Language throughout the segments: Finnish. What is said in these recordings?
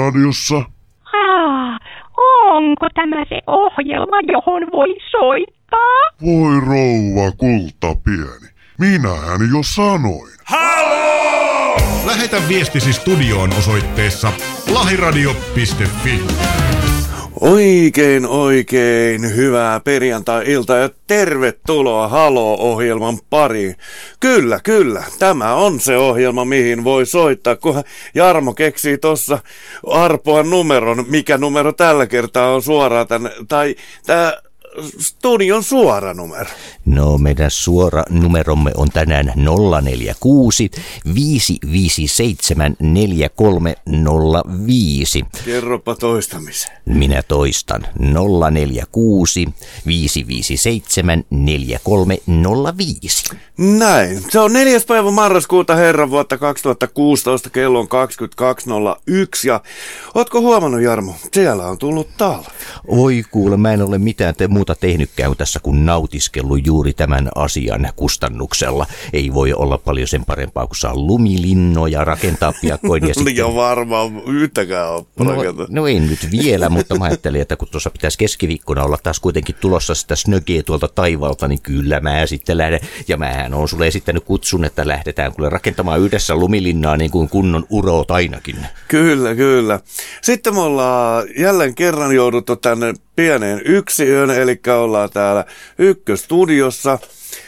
Lahjaradiossa. Onko tämä se ohjelma, johon voi soittaa? Voi rouva kultapieni, minähän jo sanoin. Halo! Lähetä viestisi studioon osoitteessa lahiradio.fi. Oikein hyvää perjantai-iltaa ja tervetuloa Halo-ohjelman pariin. Kyllä, tämä on se ohjelma, mihin voi soittaa, kunhan Jarmo keksii tossa arpoan numeron, mikä numero tällä kertaa on suoraan tänne, tai tää studion suora numero. No, meidän suora numeromme on tänään 046 557 4305. Kerropa toistamisen. Minä toistan. 046 557 4305. Näin. Se on 4. päivä marraskuuta herran vuotta 2016, kello on 22.01. Ja ootko huomannut, Jarmo, siellä on tullut talvi. Oi kuule, mä en ole mitään muuta tehnytkään tässä kuin nautiskellut juuri tämän asian kustannuksella. Ei voi olla paljon sen parempaa, kun saa lumilinnoja rakentaa piakkoin. Ja sitten... Jo varmaan yhtäkään ole rakentaa. No ei nyt vielä, mutta mä ajattelin, että kun tuossa pitäisi keskiviikkona olla taas kuitenkin tulossa sitä snögeä tuolta taivaalta, niin kyllä mä sitten lähden. Ja mähän on sulle esittänyt kutsun, että lähdetään kuule rakentamaan yhdessä lumilinnaa niin kuin kunnon uroot ainakin. Kyllä. Sitten me ollaan jälleen kerran jouduttu tänne pieneen yksiöön, eli ollaan täällä ykköstudiossa.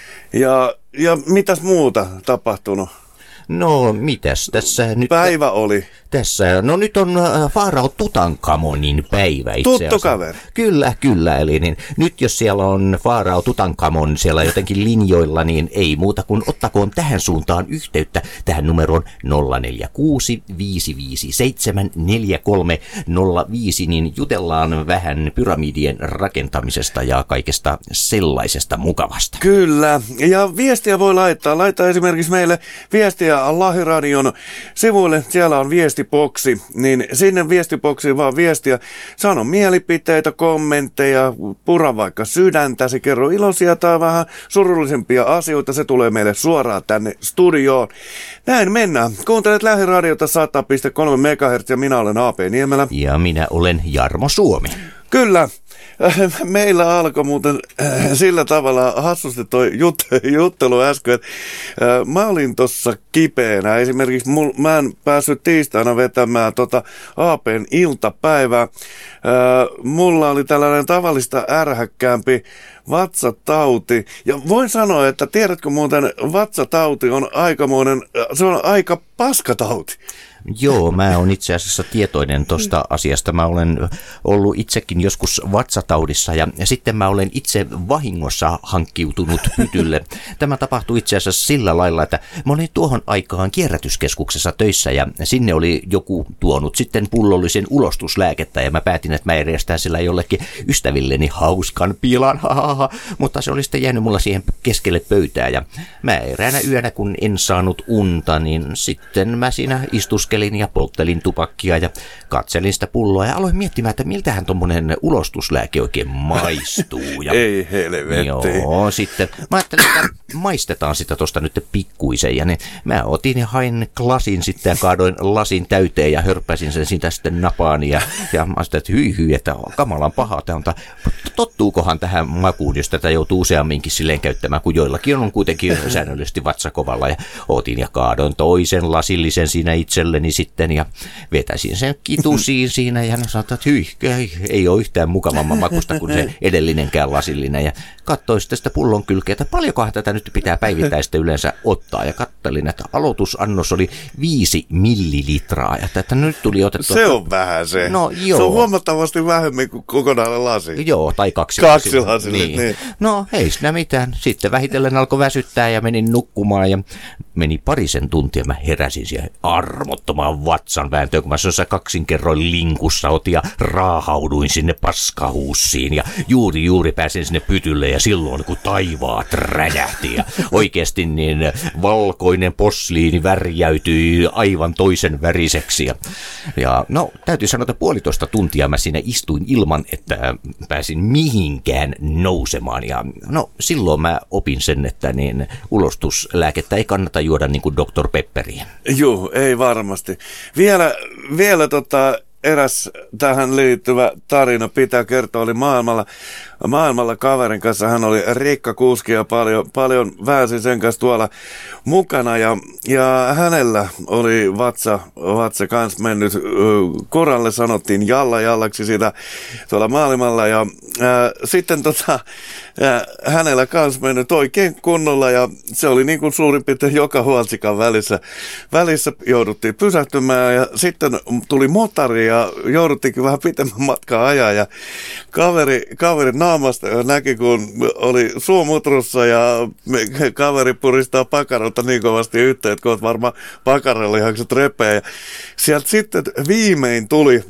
Ja mitäs muuta tapahtunut? No, mitäs tässä nyt... Päivä oli. Tässä, no nyt on Faarao Tutankamonin päivä itse asiassa. Tuttu kaveri. Kyllä, eli niin, nyt jos siellä on Faarao Tutankamon siellä jotenkin linjoilla, niin ei muuta kuin ottakoon tähän suuntaan yhteyttä tähän numeroon 046 557 4305, niin jutellaan vähän pyramidien rakentamisesta ja kaikesta sellaisesta mukavasta. Kyllä, ja viestiä voi laittaa esimerkiksi meille viestiä Lahiradion sivuille, siellä on viestiboksi, niin sinne viestiboksiin vaan viestiä, sano mielipiteitä, kommentteja, pura vaikka sydäntäsi, kerro iloisia tai vähän surullisempia asioita, se tulee meille suoraan tänne studioon. Näin mennään. Kuuntelet Lähiradiota 100,3 MHz ja minä olen A.P. Niemelä. Ja minä olen Jarmo Suomi. Kyllä. Meillä alkoi muuten sillä tavalla hassusti toi juttelu äsken, että mä olin tossa kipeänä. Esimerkiksi mä en päässyt tiistaina vetämään AP:n iltapäivää. Mulla oli tällainen tavallista ärhäkkäämpi vatsatauti. Ja voin sanoa, että tiedätkö muuten, vatsatauti on se on aika paskatauti. Joo, mä oon itse asiassa tietoinen tosta asiasta. Mä olen ollut itsekin joskus vatsataudissa ja sitten mä olen itse vahingossa hankkiutunut pytylle. Tämä tapahtui itse asiassa sillä lailla, että mä olin tuohon aikaan kierrätyskeskuksessa töissä ja sinne oli joku tuonut sitten pullollisen ulostuslääkettä ja mä päätin, että mä järjestän sillä jollekin ystävilleni hauskan pilan, mutta se oli sitten jäänyt mulla siihen keskelle pöytää ja mä eräänä yönä, kun en saanut unta, niin sitten mä siinä istuskelin ja polttelin tupakkia ja katselin sitä pulloa ja aloin miettimään, että miltähän tommonen ulostuslääke oikein maistuu. Ja ei helvetti. Joo, sitten mä ajattelin, että maistetaan sitä tosta nyt pikkuisen ja niin mä otin ja hain lasin sitten ja kaadoin lasin täyteen ja hörppäsin sen siitä sitten napaani ja mä ajattelin, että hyi, että kamalan pahaa tämä on. Tottuukohan tähän makuun, jos tätä joutuu useamminkin silleen käyttämään, kun joillakin on kuitenkin säännöllisesti vatsakovalla ja otin ja kaadoin toisen lasillisen siinä itselleni sitten ja vetäisin sen kitusiin siinä ja sanoin, että ei ole yhtään mukavamman makusta kuin se edellinenkään lasillinen ja katsoin sitten sitä pullon kylkeä, että paljonkohan tätä nyt pitää päivittäistä yleensä ottaa ja kattelin, että aloitusannos oli 5 millilitraa ja että nyt tuli otettua. Se on vähän se. No, joo. Se on huomattavasti vähemmän kuin kokonainen lasi. Joo, tai kaksi lasille. Niin. No ei siinä mitään. Sitten vähitellen alkoi väsyttää ja menin nukkumaan ja meni parisen tuntia. Mä heräsin siihen armottomaan vatsan vääntöön, kun mä sellaisessa kaksinkerroin linkussa otin ja raahauduin sinne paskahuussiin ja juuri pääsin sinne pytylle ja silloin kun taivaat räjähti ja oikeasti niin valkoinen posliini värjäytyi aivan toisen väriseksi ja no täytyy sanoa, että 1,5 tuntia mä siinä istuin ilman, että pääsin mihinkään nousemaan ja no silloin mä opin sen, että niin ulostuslääkettä ei kannata juoda niin kuin Dr. Pepperiä. Joo, ei varmasti. Vielä eräs tähän liittyvä tarina pitää kertoa, oli maailmalla kaverin kanssa. Hän oli rekkakuski ja paljon väänsi sen kanssa tuolla mukana ja hänellä oli vatsa kans mennyt koralle, sanottiin jallaksi sitä tuolla maailmalla ja sitten hänellä kans mennyt oikein kunnolla ja se oli niin kuin suurin piirtein joka huoltsikan välissä jouduttiin pysähtymään ja sitten tuli motari ja jouduttiinkin vähän pitemmän matkaa ajaa ja kaveri naamasta näki, kun oli suumutrussa ja kaveri puristaa pakarolta niin kovasti yhteen, että kohta varmaan pakarallihakset repee. Ja sieltä sitten viimein tuli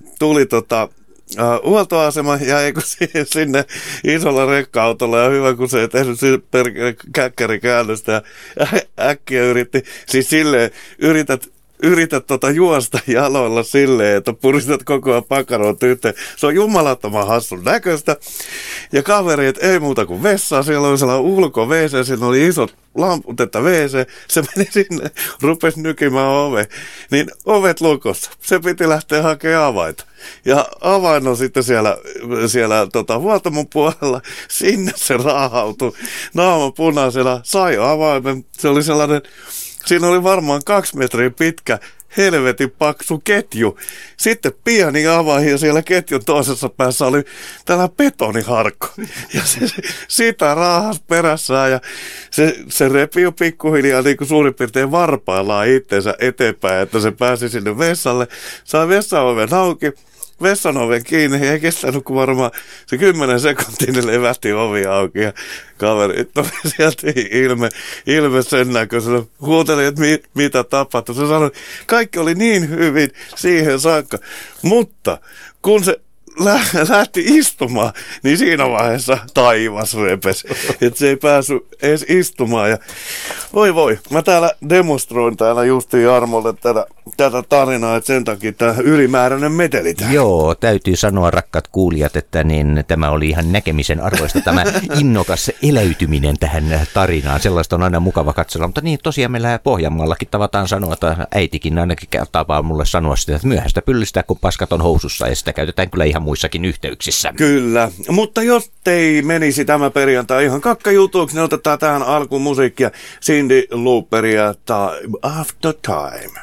huoltoasema ja eikö sinne isolla rekka-autolla ja hyvä kun se ei tehnyt käkkärikäännöstä ja äkkiä yritti, siis silleen yrität juosta jaloilla silleen, että puristat koko ajan pakaroon yhteen. Se on jumalattoman hassun näköistä. Ja kaverit ei muuta kuin vessaa. Siellä oli sellainen ulko-WC, siinä oli isot lamput, että WC. Se meni sinne, rupesi nykimään ove. Niin ovet lukossa. Se piti lähteä hakemaan avaita. Ja avain on sitten siellä huoltamon puolella. Sinne se raahautui. Naama punaisella. Sai avaimen. Se oli sellainen... Siinä oli varmaan 2 metriä pitkä, helvetin paksu ketju. Sitten pieni avain ja siellä ketjun toisessa päässä oli tällainen betoniharkko. Ja se sitä raahasi perässään ja se repi jo pikkuhiljaa niin kuin suurin piirtein varpaillaan itseensä eteenpäin, että se pääsi sinne vessalle. Sai vessan auki. Vessan oven kiinni, ei kestänyt kuin varmaan se 10 sekuntia, niin levähti ovi auki ja kaverit oli sieltä ilme sen näköisellä. Huuteli, että mitä tapahtui. Se sanoi, kaikki oli niin hyvin siihen saakka, mutta kun se lähti istumaan, niin siinä vaiheessa taivas repesi. Että se ei päässyt edes istumaan. Ja voi, mä täällä demonstroin täällä justiin Jarmolle tätä tarinaa, että sen takia tämä ylimääräinen meteli täällä. Joo, täytyy sanoa rakkaat kuulijat, että niin, tämä oli ihan näkemisen arvoista tämä innokas eläytyminen tähän tarinaan. Sellaista on aina mukava katsella, mutta niin tosiaan meillä Pohjanmaallakin tavataan sanoa, että äitikin ainakin tapaa mulle sanoa sitä, että myöhäistä pyllistää, kun paskat on housussa ja sitä käytetään kyllä ihan muissakin yhteyksissä. Kyllä, mutta jos ei menisi tämä perjantai ihan kakkajutuksi, niin otetaan tähän alkuun musiikkia Cyndi Lauperia Time After Time.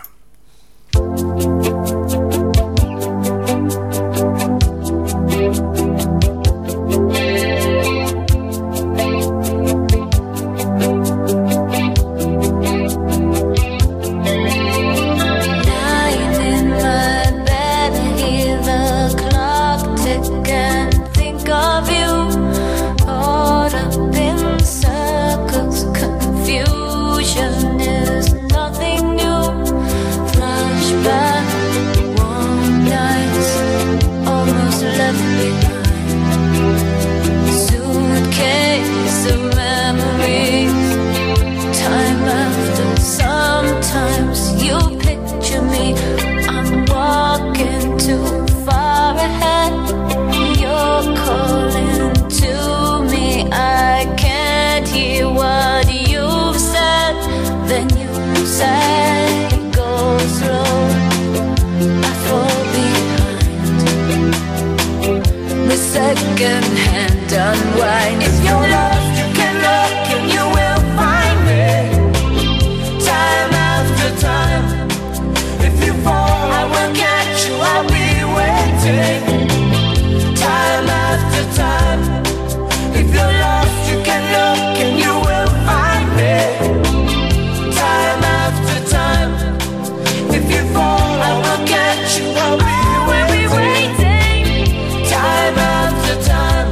Second-hand unwind. If you're lost, you can look and you will find me. Time after time. If you fall, I will catch you. I'll be waiting. Time after time. If you're lost, you can look and you will find me. Time after time. If you fall, I will catch you. I'll be waiting. Time after time.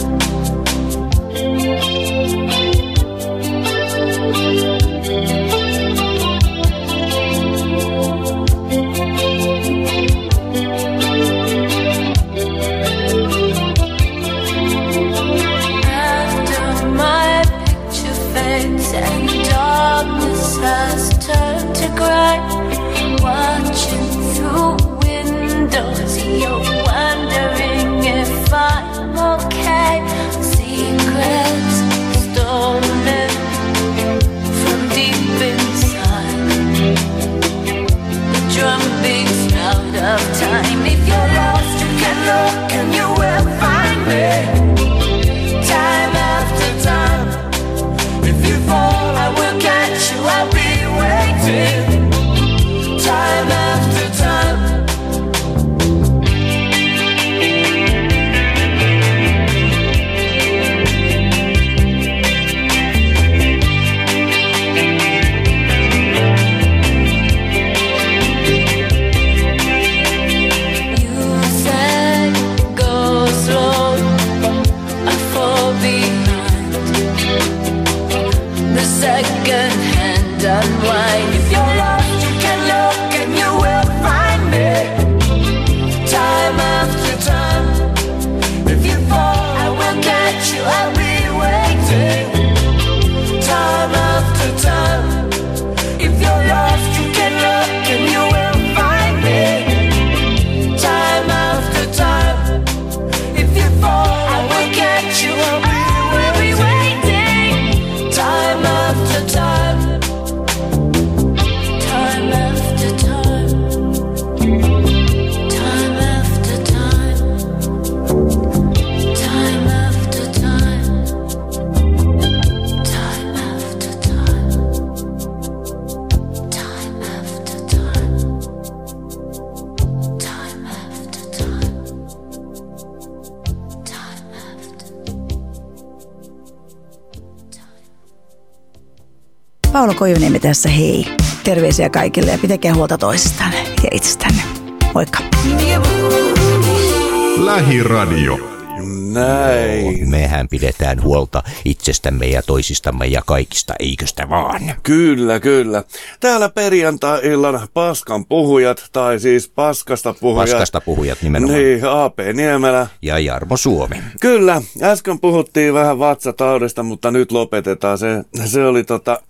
After my picture fades and darkness has turned to grey, watching through windows, you're wondering if I'm okay. Secrets stolen from deep inside. The drum beats out of time. If you're waiting, time after time. Second hand unwind. If you're lost, you can look and you will find me. Time after time. If you fall, I will catch you. I'll be waiting. Time after time. If you're lost, you can look and you will find me. Time after time. If you fall, I will catch you. I'll be waiting. Time after time. Time after time. Time after time. Time after time. Time after time. Time after time. Time after time. Time after. Paula Koivuniemi tässä, hei. Terveisiä kaikille ja pitäkää huolta toisistanne ja itsestänne. Moikka. Lähiradio. Näin. Mehän pidetään huolta itsestämme ja toisistamme ja kaikista, eiköstä vaan? Kyllä, kyllä. Täällä perjantai-illan paskan puhujat, tai siis paskasta puhujat. Paskasta puhujat nimenomaan. Niin, A.P. Niemelä. Ja Jarmo Suomi. Kyllä, äsken puhuttiin vähän vatsataudesta, mutta nyt lopetetaan. Se oli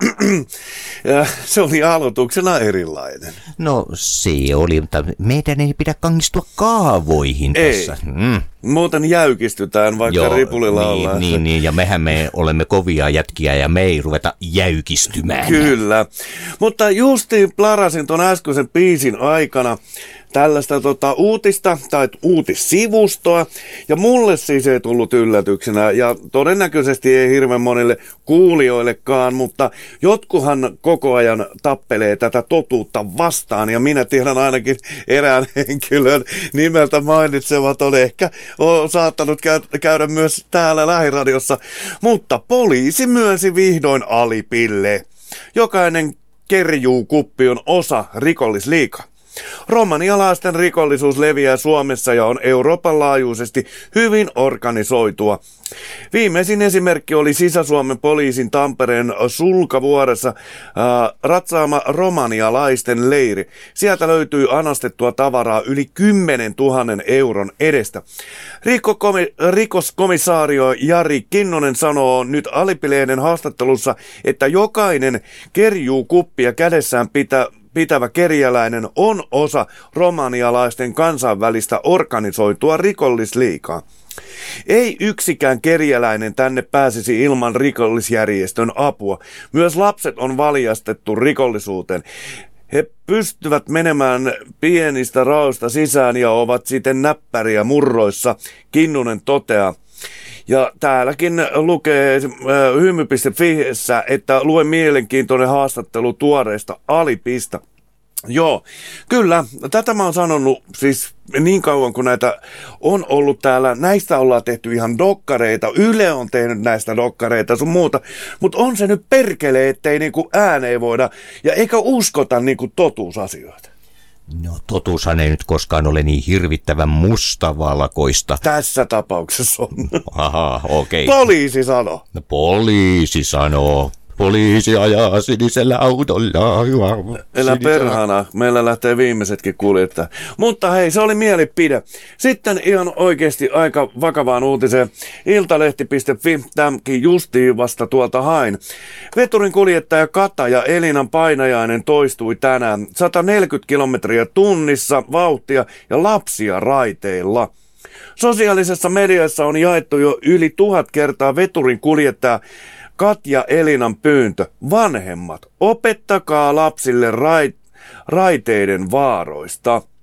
se oli aloituksena erilainen. No se oli, mutta meidän ei pidä kangistua kaavoihin tässä. Muuten jäykistytään, vaikka ripulilla ollaan. Niin, ja me olemme kovia jätkiä ja me ei ruveta jäykistymään. Kyllä, mutta justiin plarasin ton äskeisen biisin aikana tällaista uutista tai uutissivustoa, ja mulle siis ei tullut yllätyksenä, ja todennäköisesti ei hirveän monille kuulijoillekaan, mutta jotkuhan koko ajan tappelee tätä totuutta vastaan, ja minä tiedän ainakin erään henkilön nimeltä mainitsevat on ehkä saattanut käydä myös täällä Lähiradiossa, mutta poliisi myönsi vihdoin alipille. Jokainen kerjuukuppi on osa rikollisliigaa. Romanialaisten rikollisuus leviää Suomessa ja on Euroopan laajuisesti hyvin organisoitua. Viimeisin esimerkki oli Sisä-Suomen poliisin Tampereen Sulkavuoressa ratsaama romanialaisten leiri. Sieltä löytyy anastettua tavaraa yli 10 000 euron edestä. Rikoskomisaario Jari Kinnunen sanoo nyt Alipilehden haastattelussa, että jokainen kerjuukuppia kädessään pitävä kerjäläinen on osa romanialaisten kansainvälistä organisoitua rikollisliigaa. Ei yksikään kerjäläinen tänne pääsisi ilman rikollisjärjestön apua. Myös lapset on valjastettu rikollisuuteen. He pystyvät menemään pienistä raoista sisään ja ovat siten näppäriä murroissa, Kinnunen toteaa. Ja täälläkin lukee hymy.fi:ssä, että lue mielenkiintoinen haastattelu tuoreesta Alipista. Joo, kyllä. Tätä mä oon sanonut siis niin kauan, kun näitä on ollut täällä. Näistä ollaan tehty ihan dokkareita. Yle on tehnyt näistä dokkareita sun muuta. Mutta on se nyt perkele, ettei niinku ääneen voida ja eikä uskota niinku totuusasioita. No totuushan ei nyt koskaan ole niin hirvittävän mustavalkoista. Tässä tapauksessa on. Aha, okei. Poliisi sanoo. No, poliisi sanoo. Poliisi ajaa sinisellä autolla. Elä perhana, meillä lähtee viimeisetkin kuljettaa. Mutta hei, se oli mielipide. Sitten ihan oikeasti aika vakavaan uutiseen. Iltalehti.fi, tämänkin justiin vasta tuolta hain. Veturin kuljettaja Kata ja Elinan Painajainen toistui tänään 140 kilometriä tunnissa vauhtia ja lapsia raiteilla. Sosiaalisessa mediassa on jaettu jo yli 1000 kertaa veturin kuljettaja Katja Elinan pyyntö. Vanhemmat, opettakaa lapsille raiteiden vaaroista.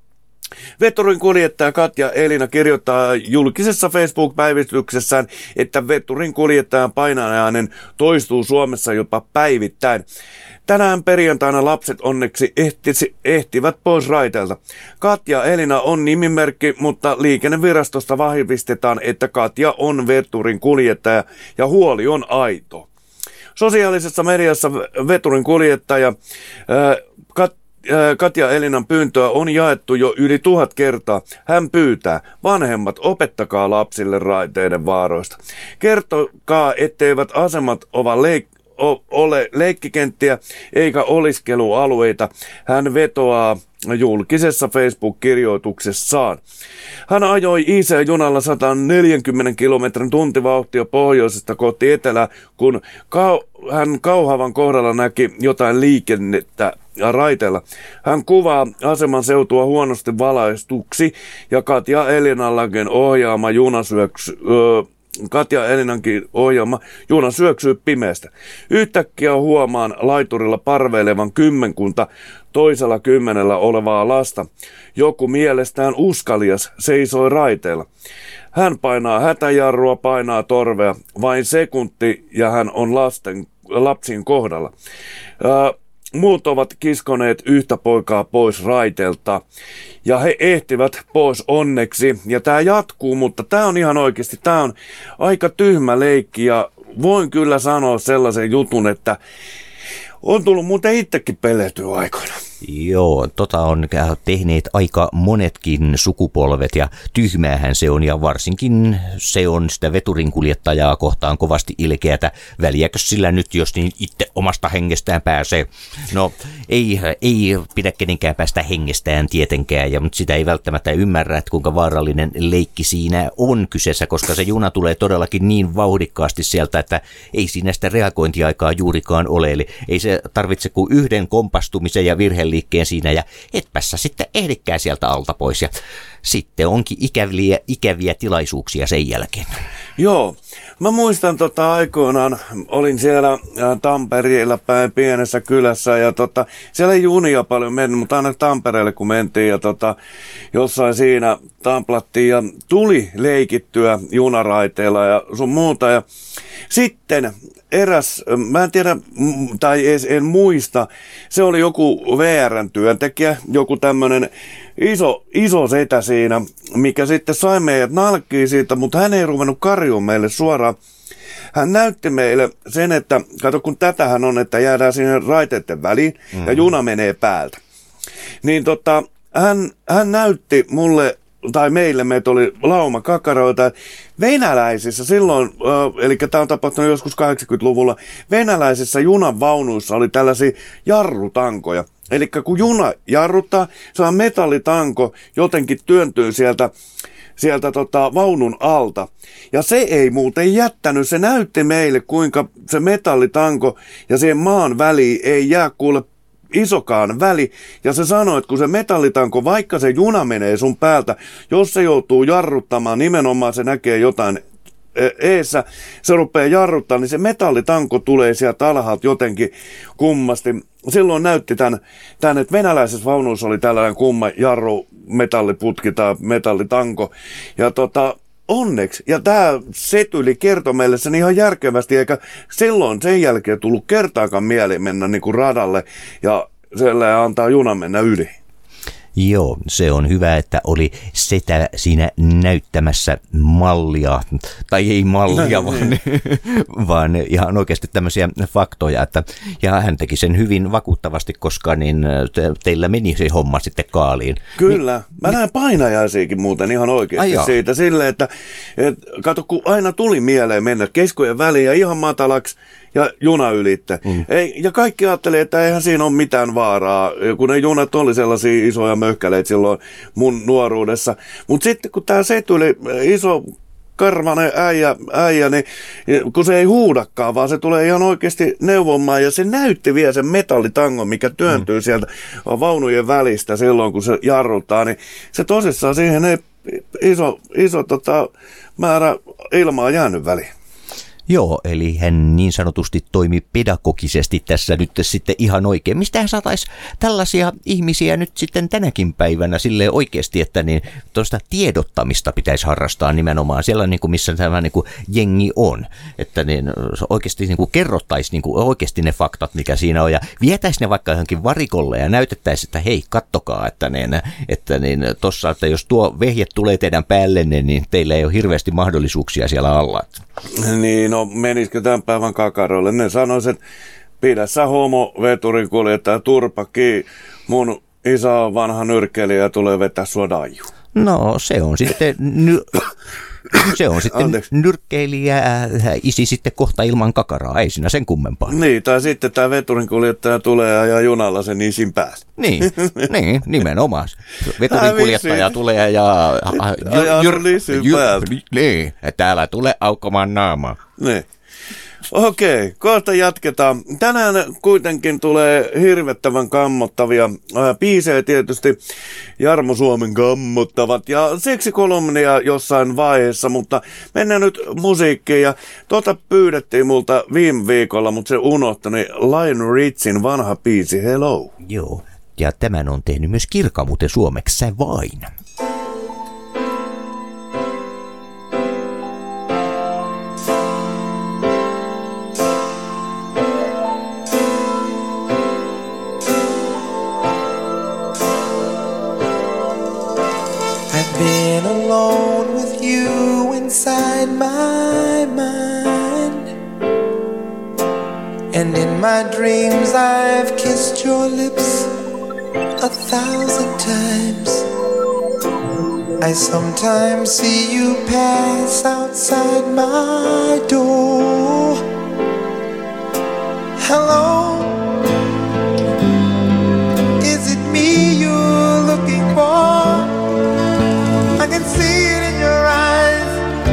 Veturin kuljettaja Katja Elina kirjoittaa julkisessa Facebook-päivityksessään, että veturin kuljettajan painajainen toistuu Suomessa jopa päivittäin. Tänään perjantaina lapset onneksi ehtivät pois raiteilta. Katja Elina on nimimerkki, mutta liikennevirastosta vahvistetaan, että Katja on veturin kuljettaja ja huoli on aito. Sosiaalisessa mediassa veturin kuljettaja Katja Elinan pyyntöä on jaettu jo yli 1000 kertaa. Hän pyytää, vanhemmat, opettakaa lapsille raiteiden vaaroista. Kertokaa, etteivät asemat ole leikkikenttiä eikä oliskelualueita. Hän vetoaa julkisessa Facebook-kirjoituksessaan. Hän ajoi IC-junalla 140 kilometrin tuntivauhtia pohjoisesta kohti etelää, kun hän Kauhavan kohdalla näki jotain liikennettä raiteilla. Hän kuvaa aseman seutua huonosti valaistuksi ja Katja Elinallakin ohjaama Katja Elinankin ohjaama juna syöksyy pimeästä. Yhtäkkiä huomaan laiturilla parveilevan kymmenkunta toisella 10 olevaa lasta. Joku mielestään uskalias seisoi raiteilla. Hän painaa hätäjarrua, painaa torvea. Vain sekunti ja hän on lapsien kohdalla. Muut ovat kiskoneet yhtä poikaa pois raiteelta ja he ehtivät pois onneksi. Ja tämä jatkuu, mutta tämä on ihan oikeasti, tämä on aika tyhmä leikki ja voin kyllä sanoa sellaisen jutun, että on tullut muuten itsekin pelätyä aikoina. Joo, on tehneet aika monetkin sukupolvet ja tyhmäähän se on ja varsinkin se on sitä veturinkuljettajaa kohtaan kovasti ilkeätä. Väliäkö sillä nyt, jos niin itse omasta hengestään pääsee? No ei pidä kenenkään päästä hengestään tietenkään, mutta sitä ei välttämättä ymmärrä, että kuinka vaarallinen leikki siinä on kyseessä, koska se juna tulee todellakin niin vauhdikkaasti sieltä, että ei siinä sitä reagointiaikaa juurikaan ole. Eli ei se tarvitse kuin yhden kompastumisen ja virheliikkeen siinä ja etpässä sitten ehdikään sieltä alta pois ja sitten onkin ikäviä tilaisuuksia sen jälkeen. Joo, mä muistan aikoinaan, olin siellä Tampereella päin pienessä kylässä ja siellä ei junia paljon mennyt, mutta aina Tampereelle kun mentiin ja jossain siinä tamplattiin ja tuli leikittyä junaraiteilla ja sun muuta ja sitten eräs, mä en tiedä, tai en muista, se oli joku VR:n työntekijä, joku tämmönen iso setä siinä, mikä sitten sai meidät nalkkiin siitä, mutta hän ei ruvennut karjuun meille suoraan. Hän näytti meille sen, että kato kun tätähän on, että jäädään siihen raiteiden väliin ja juna menee päältä. Niin hän näytti mulle tai meitä oli lauma kakaroita. Venäläisissä silloin, eli tämä on tapahtunut joskus 80-luvulla, venäläisissä junanvaunuissa oli tällaisia jarrutankoja. Eli kun juna jarruttaa, se on metallitanko jotenkin työntyy sieltä vaunun alta. Ja se ei muuten jättänyt, se näytti meille kuinka se metallitanko ja siihen maan väliin ei jää kuule isokaan väli, ja se sanoi, että kun se metallitanko, vaikka se juna menee sun päältä, jos se joutuu jarruttamaan, nimenomaan se näkee jotain eessä, se rupeaa jarruttaa, niin se metallitanko tulee sieltä alhaalta jotenkin kummasti. Silloin näytti tämän että venäläisessä vaunussa oli tällainen kumma jarru, metalliputki tai metallitanko, ja onneksi, ja tämä setyli kertoi meille sen ihan järkevästi, eikä silloin sen jälkeen tullut kertaakaan mieleen mennä niin kuin radalle ja sellainen antaa juna mennä yli. Joo, se on hyvä, että oli setä siinä näyttämässä mallia, tai ei mallia, vaan ihan oikeasti tämmöisiä faktoja, ja hän teki sen hyvin vakuuttavasti, koska niin teillä meni se homma sitten kaaliin. Kyllä, mä näen painajaisiakin muuten ihan oikeasti siitä silleen, että kato kun aina tuli mieleen mennä keskojen väliin ja ihan matalaksi, ja juna ylitte. Ja kaikki ajattelee, että eihän siinä ole mitään vaaraa, kun ne junat oli sellaisia isoja möhkäleitä silloin mun nuoruudessa. Mutta sitten kun tämä setuli, iso karvainen äijä, niin kun se ei huudakaan, vaan se tulee ihan oikeasti neuvomaan. Ja se näytti vielä sen metallitangon, mikä työntyy sieltä vaunujen välistä silloin, kun se jarruttaa. Niin se tosissaan siihen ei iso määrä ilmaa jäänyt väliin. Joo, eli hän niin sanotusti toimi pedagogisesti tässä nyt sitten ihan oikein. Mistähän saataisiin tällaisia ihmisiä nyt sitten tänäkin päivänä silleen oikeasti, että niin tuosta tiedottamista pitäisi harrastaa nimenomaan siellä, niin kuin missä tämä niin kuin jengi on. Että niin oikeasti niin kuin kerrottaisiin niin kuin oikeasti ne faktat, mikä siinä on, ja vietäisiin ne vaikka johonkin varikolle ja näytettäisiin, että hei, kattokaa, että tossa, että jos tuo vehje tulee teidän päällenne, niin teillä ei ole hirveästi mahdollisuuksia siellä alla. Niin, no menisikö tämän päivän kakaroille? Ne sanois, että pidä sä homo veturin kuljettaja turpa kiinni. Mun isä on vanha nyrkkeilijä ja tulee vetää sua daiju. No se on sitten nyrkkeilijä isi sitten kohta ilman kakaraa, ei siinä sen kummempaa. Niin, tai sitten tämä veturinkuljettaja tulee ja ajaa junalla sen isin päästä. Niin, nimenomaan. Veturinkuljettaja tulee ja ajaa sun isin päästä. Niin, täällä tulee aukomaan naamaa. Niin. Okei, kohta jatketaan. Tänään kuitenkin tulee hirvettävän kammottavia biisejä tietysti. Jarmo Suomen kammottavat ja seksikolumnia jossain vaiheessa, mutta mennään nyt musiikkiin. Ja pyydettiin multa viime viikolla, mutta se unohtui, niin Lionel Richin vanha biisi Hello. Joo, ja tämän on tehnyt myös Kirka muuten suomeksi, Sä vain. Been alone with you inside my mind, and in my dreams I've kissed your lips 1,000 times. I sometimes see you pass outside my door. Hello, is it me you're looking for? I can see it in your eyes,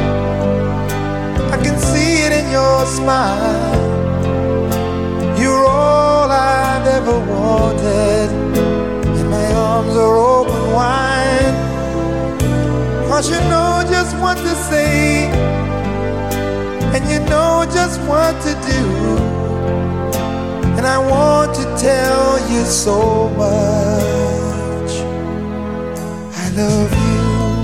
I can see it in your smile. You're all I've ever wanted, and my arms are open wide. 'Cause you know just what to say, and you know just what to do, and I want to tell you so much. I love you.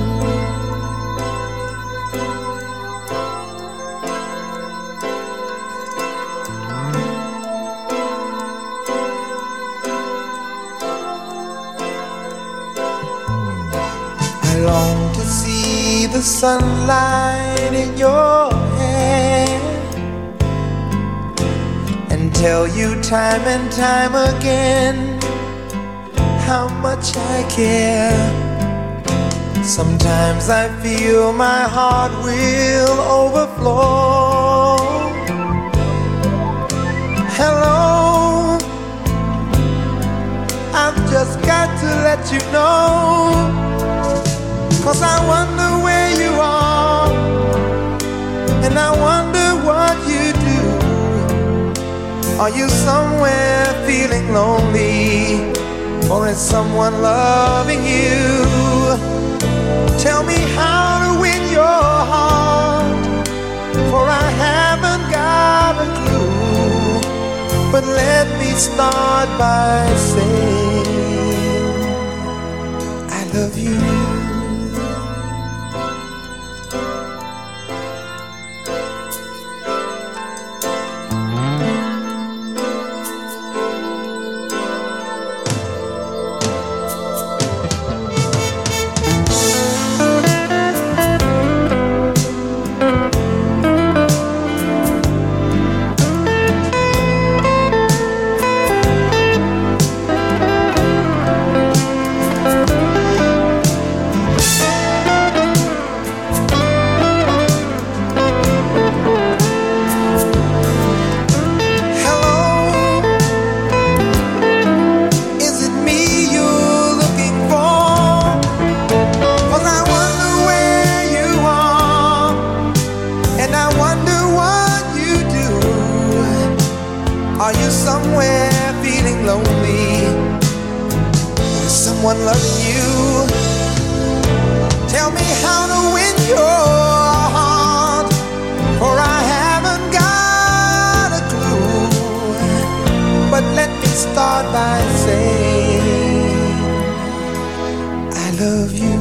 I long to see the sunlight in your hair and tell you time and time again how much I care. Sometimes I feel my heart will overflow. Hello, I've just got to let you know, 'cause I wonder where you are, and I wonder what you do. Are you somewhere feeling lonely, or is someone loving you? Tell me how to win your heart, for I haven't got a clue. But let me start by saying I love you. Someone loving you. Tell me how to win your heart, for I haven't start by saying I love you.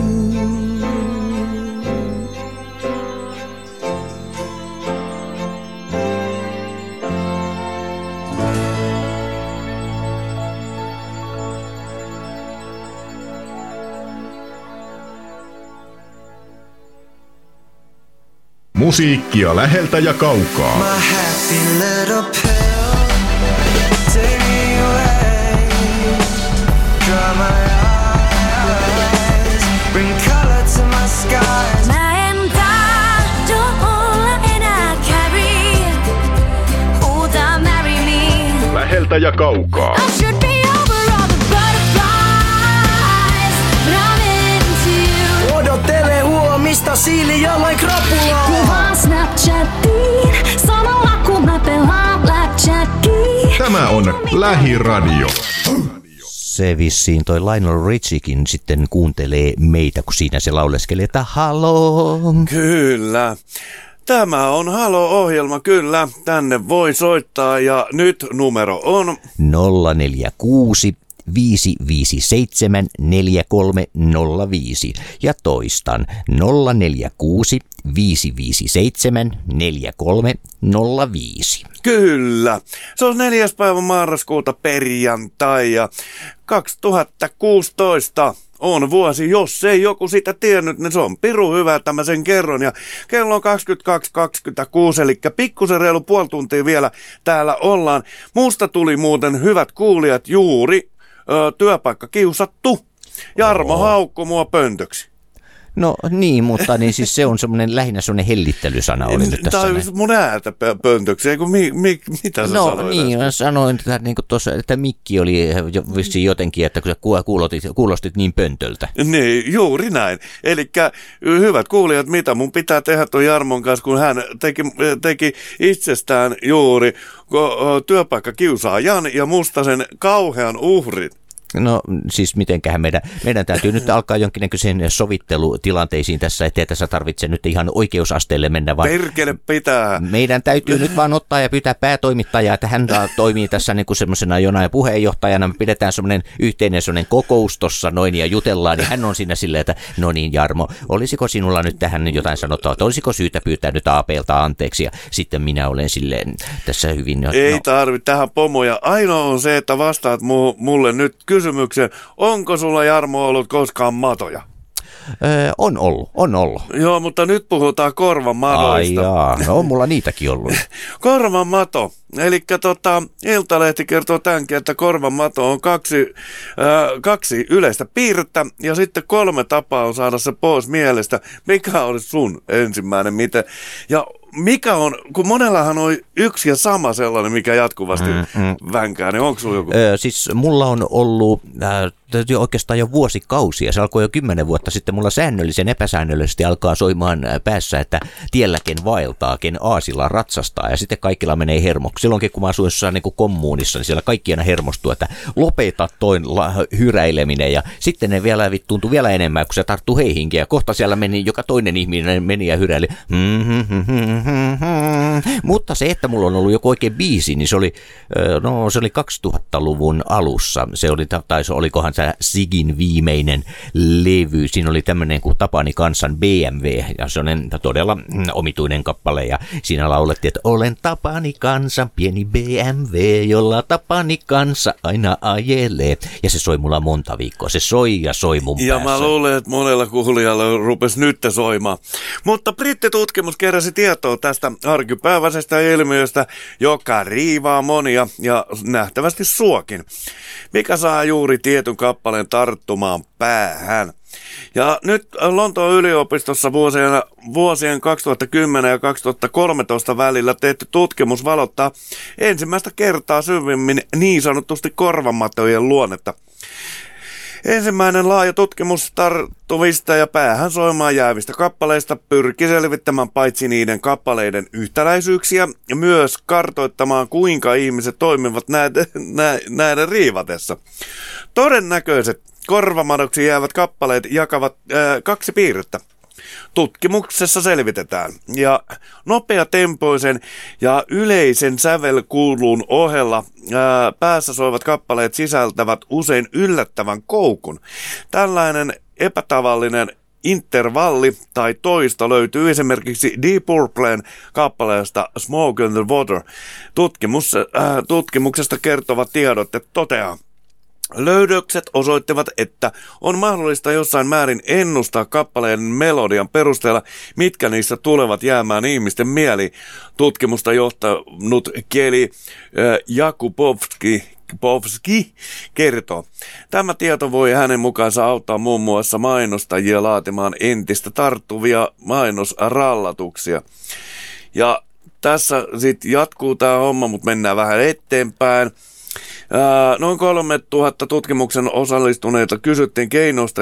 Musiikkia läheltä ja kaukaa. My happy little pill, take me away, dry my eyes, bring color to my skies. Mä en tahdo olla enää Carrie. Huuta marry me. Läheltä ja kaukaa. I should be over all the butterflies, but I'm into you. Odottele huomista siili jaloin krapulaa. Kuvaan Snapchattiin, samalla kun mä pelaan Blackjackia. Tämä on Lähiradio. Se vissiin toi Lionel Richiekin sitten kuuntelee meitä, kun siinä se lauleskelee, että haloo. Kyllä. Tämä on Halo-ohjelma, kyllä. Tänne voi soittaa ja nyt numero on 046 557 4305 ja toistan 046 557 4305. Kyllä. Se on 4. päivä marraskuuta perjantai ja 2016 on vuosi. Jos ei joku sitä tiennyt, niin se on piru hyvä, että mä sen kerron. Ja kello on 22.26, eli pikkusen reilu puoli tuntia vielä täällä ollaan. Musta tuli muuten, hyvät kuulijat, juuri työpaikka kiusattu. Jarmo haukku mua pöntöksi. No niin, mutta niin siis se on semmoinen lähinnä semmoinen hellittelysana oli nyt tässä. Tämä on mun ääntä pöntöksi, eikö mitä sä sanoit? Niin, sanoin, että, niin tuossa, että mikki oli vissiin jotenkin, että kun sä kuulostit niin pöntöltä. Niin, juuri näin. Elikkä hyvät kuulijat, mitä mun pitää tehdä tuon Jarmon kanssa, kun hän teki itsestään juuri työpaikkakiusaajan ja musta sen kauhean uhrin. No siis mitenköhän meidän täytyy nyt alkaa jonkinnäköiseen sovittelutilanteisiin tässä, ettei tässä tarvitse nyt ihan oikeusasteelle mennä, vaan perkele pitää. Meidän täytyy nyt vaan ottaa ja pyytää päätoimittajaa, että hän toimii tässä niin kuin semmoisena jonain puheenjohtajana. Me pidetään semmoinen yhteinen semmoinen kokous tossa noin ja jutellaan, niin hän on siinä silleen, että no niin Jarmo, olisiko sinulla nyt tähän jotain sanottavaa, että olisiko syytä pyytää nyt AP:lta anteeksi ja sitten minä olen silleen tässä hyvin. Ei tarvitse tähän pomoja. Ainoa on se, että vastaat mulle nyt kysymykseen, onko sulla Jarmo ollut koskaan matoja? On ollut. Joo, mutta nyt puhutaan korvamatoista. Ai jaa, no on mulla niitäkin ollut. Korvamato. Eli Iltalehti kertoo tämänkin, että korvamato on kaksi yleistä piirrettä ja sitten 3 tapaa on saada se pois mielestä. Mikä olisi sun ensimmäinen miten? Ja mikä on, kun monellahan on yksi ja sama sellainen, mikä jatkuvasti vänkää, niin onko sulla joku? Siis mulla on ollut oikeastaan jo vuosikausia, se alkoi jo 10 vuotta sitten, mulla säännöllisen epäsäännöllisesti alkaa soimaan päässä, että tielläken vaeltaa, ken aasilla ratsastaa ja sitten kaikilla menee hermoksi. Silloinkin kun mä asuin jossain niin kuin kommuunissa, niin siellä kaikki aina hermostuu, että lopeta toin hyräileminen ja sitten ne vielä tuntui vielä enemmän, kun se tarttuu heihinkin ja kohta siellä meni, joka toinen ihminen meni ja hyräili. Mutta se, että mulla on ollut joku oikein biisi, niin se oli 2000-luvun alussa. Se oli, olikohan se Sigin viimeinen levy. Siinä oli tämmöinen kuin Tapani Kansan BMW, ja se on todella omituinen kappale, ja siinä laulettiin, että olen Tapani Kansan pieni BMW, jolla Tapani Kansa aina ajelee. Ja se soi mulla monta viikkoa. Se soi ja soi mun päässä. Ja mä luulen, että monella kuulijalla rupesi nyt soimaan. Mutta brittitutkimus keräsi tietoa tästä arkipäiväisestä ilmiöstä, joka riivaa monia ja nähtävästi suokin. Mikä saa juuri tietyn kappaleen tarttumaan päähän. Ja nyt Lontoon yliopistossa vuosien 2010 ja 2013 välillä tehty tutkimus valottaa ensimmäistä kertaa syvemmin niin sanotusti korvamatojen luonnetta. Ensimmäinen laaja tutkimus tarttuvista ja päähän soimaan jäävistä kappaleista pyrki selvittämään paitsi niiden kappaleiden yhtäläisyyksiä ja myös kartoittamaan, kuinka ihmiset toimivat näiden riivatessa. Todennäköiset korvamadoksi jäävät kappaleet jakavat 2 piirrettä. Tutkimuksessa selvitetään. Ja nopeatempoisen ja yleisen sävelkuulun ohella päässä soivat kappaleet sisältävät usein yllättävän koukun. Tällainen epätavallinen intervalli tai toisto löytyy esimerkiksi Deep Purplen kappaleesta Smoke on the Water. Tutkimuksesta kertovat tiedot toteaa. Löydökset osoittivat, että on mahdollista jossain määrin ennustaa kappaleen melodian perusteella, mitkä niistä tulevat jäämään ihmisten mieliin. Tutkimusta johtanut Keli Jakubowski kertoo. Tämä tieto voi hänen mukaansa auttaa muun muassa mainostajia laatimaan entistä tarttuvia mainosrallatuksia. Ja tässä sitten jatkuu tämä homma, mutta mennään vähän eteenpäin. Noin 3000 tutkimuksen osallistuneita kysyttiin keinoista,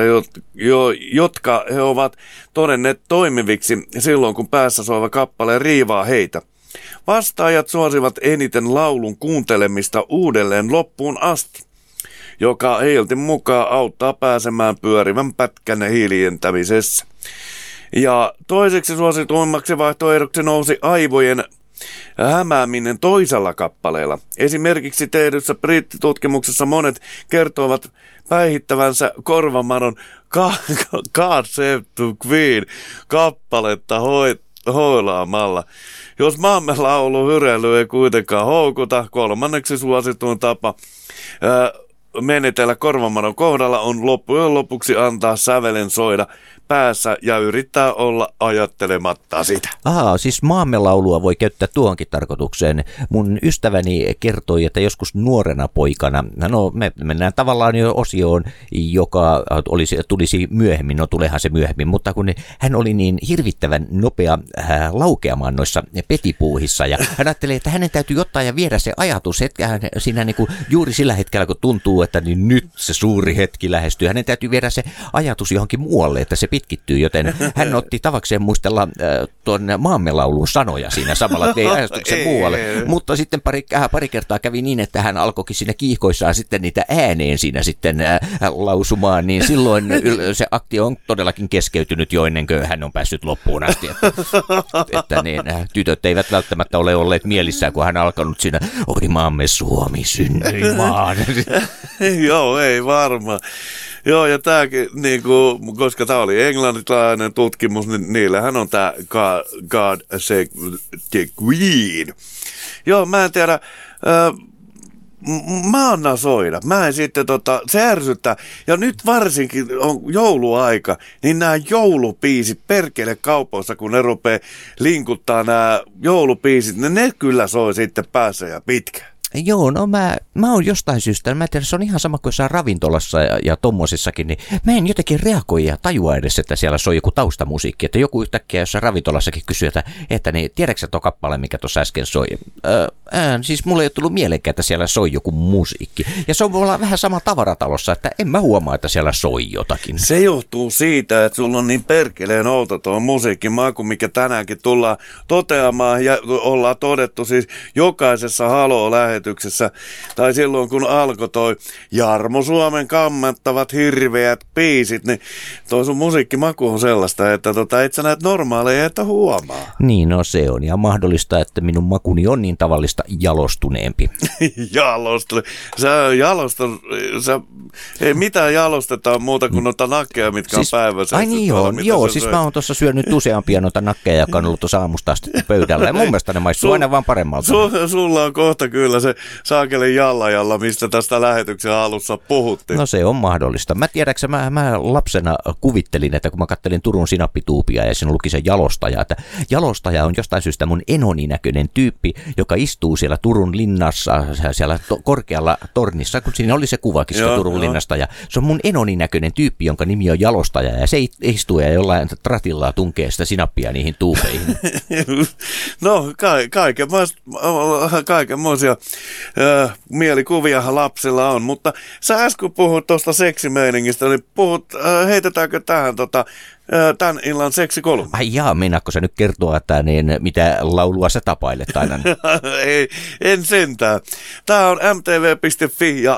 jotka he ovat todenneet toimiviksi silloin, kun päässä soiva kappale riivaa heitä. Vastaajat suosivat eniten laulun kuuntelemista uudelleen loppuun asti, joka heiltä mukaan auttaa pääsemään pyörivän pätkän hiljentämisessä. Ja toiseksi suosituimmaksi vaihtoehdoksi nousi aivojen hämääminen toisella kappaleella. Esimerkiksi tehdyssä brittitutkimuksessa monet kertovat päihittävänsä korvamadon God Save the Queen kappaletta hoilaamalla. Jos maamme laulu hyräily ei kuitenkaan houkuta, kolmanneksi suosituin tapa menetellä korvamadon kohdalla on loppujen lopuksi antaa sävelen soida päässä ja yrittää olla ajattelematta sitä. Siis maamme laulua voi käyttää tuohonkin tarkoitukseen. Mun ystäväni kertoi, että joskus nuorena poikana, me mennään tavallaan jo osioon, joka tulisi myöhemmin, tulehan se myöhemmin, mutta kun hän oli niin hirvittävän nopea laukeamaan noissa petipuuhissa ja hän ajatteli, että hänen täytyy ottaa ja viedä se ajatus siinä niin kuin juuri sillä hetkellä, kun tuntuu, että niin nyt se suuri hetki lähestyy. Hänen täytyy viedä se ajatus johonkin muualle, että se pitkittyy, joten hän otti tavakseen muistella tuon maamme laulun sanoja siinä samalla, että ei ajatuksen muualle. Mutta sitten pari kertaa kävi niin, että hän alkoikin siinä kiihkoissaan sitten niitä ääneen siinä sitten lausumaan, niin silloin se akti on todellakin keskeytynyt jo ennen kuin hän on päässyt loppuun asti. Että niin, tytöt eivät välttämättä ole olleet mielissään, kun hän alkanut siinä, oi maamme Suomi, synnyimaan. Joo, ei varmaan. Joo, ja tämäkin, niinku, koska tämä oli englantilainen tutkimus, niin niillähän on tämä God Save the Queen. Joo, mä en tiedä, mä annan soida. Mä en sitten, se ärsyttää. Ja nyt varsinkin on jouluaika, niin nämä joulupiisit perkele kaupoissa, kun ne rupeaa linkuttaa nämä joulupiisit, niin ne kyllä soi sitten päässä ja pitkään. Joo, no mä oon jostain syystä, mä en tiedä, se on ihan sama kuin jossain ravintolassa ja tommosissakin, niin mä en jotenkin reagoi ja tajua edes, että siellä soi joku taustamusiikki, että joku yhtäkkiä jossain ravintolassakin kysyy, että niin, tiedätkö sä tuo kappale, mikä tuossa äsken soi? Siis mulle ei ole tullut mieleenkään, että siellä soi joku musiikki. Ja se on olla vähän sama tavaratalossa, että en mä huomaa, että siellä soi jotakin. Se johtuu siitä, että sulla on niin perkeleen outo tuo musiikkimaku, mikä tänäänkin tullaan toteamaan ja ollaan todettu siis jokaisessa Halo-lähetyksessä. Tai silloin, kun alkoi toi Jarmo Suomen kammattavat hirveät biisit, niin toi sun musiikkimaku on sellaista, että et sä näet normaaleja, että huomaa. Niin, no se on ja mahdollista, että minun makuni on niin tavallista jalostuneempi. Ei mitään jalosteta muuta kuin noita nakkeja, mitkä on päivässä. Ai niin joo, siis mä oon tuossa syönyt useampia noita nakkeja, joka on ollut tuossa aamusta asti pöydällä. Ja mun mielestä ne maistuu aina vaan paremmalta. Sulla on kohta kyllä se saakeli jalla, mistä tästä lähetyksen alussa puhuttiin. No se on mahdollista. Mä tiedäksä, mä lapsena kuvittelin, että kun mä kattelin Turun sinappituupia ja siinä luki se jalostaja, että jalostaja on jostain syystä mun enoni näköinen tyyppi, joka istuu siellä Turun linnassa, siellä korkealla tornissa, kun siinä oli se kuvakin sitä Turun linnasta, ja se on mun enoni näköinen tyyppi, jonka nimi on jalostaja, ja se istuu ja jollain tratilla tunkee sitä sinappia niihin tuupeihin. No, kaikenmoisia mielikuvia lapsilla on, mutta sä äsken puhuit tuosta seksimeiningistä, niin heitetäänkö tähän tämän illan seksikolumni? Ai jaa, meinaatko sä nyt kertoa, että mitä laulua sä tapailet aina? Ei, en sentään. Tää on mtv.fi ja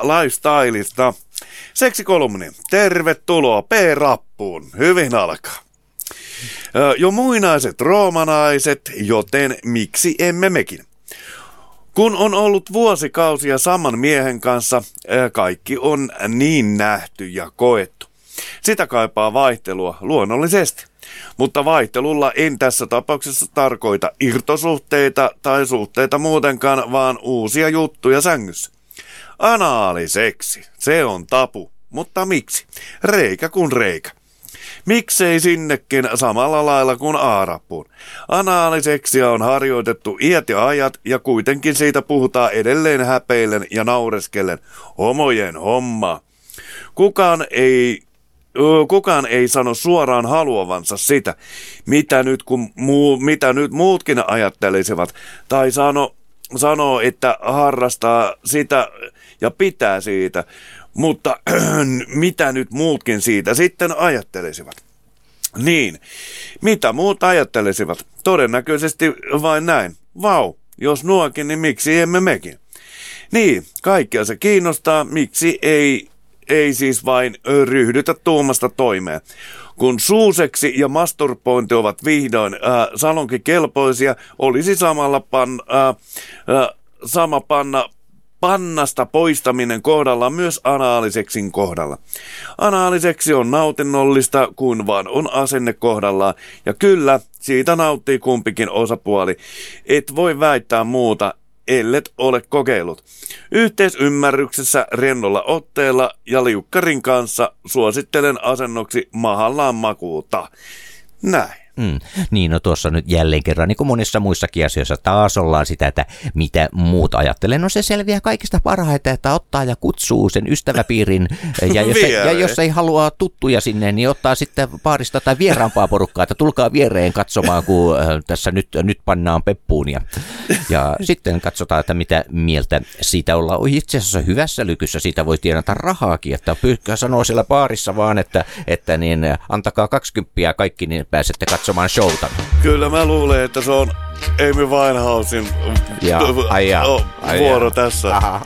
Lifestyleista. Seksikolumni. Tervetuloa P-rappuun. Hyvin alkaa. Jo muinaiset roomalaiset, joten miksi emme mekin? Kun on ollut vuosikausia saman miehen kanssa, kaikki on niin nähty ja koettu. Sitä kaipaa vaihtelua luonnollisesti. Mutta vaihtelulla en tässä tapauksessa tarkoita irtosuhteita tai suhteita muutenkaan, vaan uusia juttuja sängyssä. Anaaliseksi, se on tabu. Mutta miksi? Reikä kuin reikä. Miksei sinnekin samalla lailla kuin aarappuun? Anaaliseksia on harjoitettu iät ja ajat ja kuitenkin siitä puhutaan edelleen häpeillen ja naureskellen. Homojen homma. Kukaan ei sano suoraan haluavansa sitä, mitä nyt muutkin ajattelisivat, tai sanoo, että harrastaa sitä ja pitää siitä, mutta mitä nyt muutkin siitä sitten ajattelisivat? Niin, mitä muut ajattelisivat? Todennäköisesti vain näin. Vau, jos nuokin, niin miksi emme mekin? Niin, kaikkea se kiinnostaa, miksi ei siis vain ryhdytä tuumasta toimeen. Kun suuseksi ja masturbointi ovat vihdoin salonkikelpoisia, olisi sama pannasta poistaminen kohdalla myös anaaliseksin kohdalla. Anaaliseksi on nautinnollista, kun vaan on asenne kohdallaan, ja kyllä, siitä nauttii kumpikin osapuoli. Et voi väittää muuta, ellet ole kokeillut. Yhteisymmärryksessä, rennolla otteella ja liukkarin kanssa suosittelen asennoksi mahallaan makuuta. Näin. Niin, no tuossa nyt jälleen kerran, niin kuin monissa muissakin asioissa, taas ollaan sitä, että mitä muut ajattelee. No se selviää kaikista parhaiten, että ottaa ja kutsuu sen ystäväpiirin, ja jos ei halua tuttuja sinne, niin ottaa sitten paarista tai vieraampaa porukkaa, että tulkaa viereen katsomaan, kun tässä nyt pannaan peppuun. Ja sitten katsotaan, että mitä mieltä siitä ollaan. Itse asiassa hyvässä lykyssä siitä voi tienata rahaakin, että Pyyhkä sanoo siellä baarissa vaan, että niin, antakaa 20 kaikki, niin pääsette katsomaan showta. Kyllä mä luulen, että se on Amy Winehousen vuoro tässä. Aha.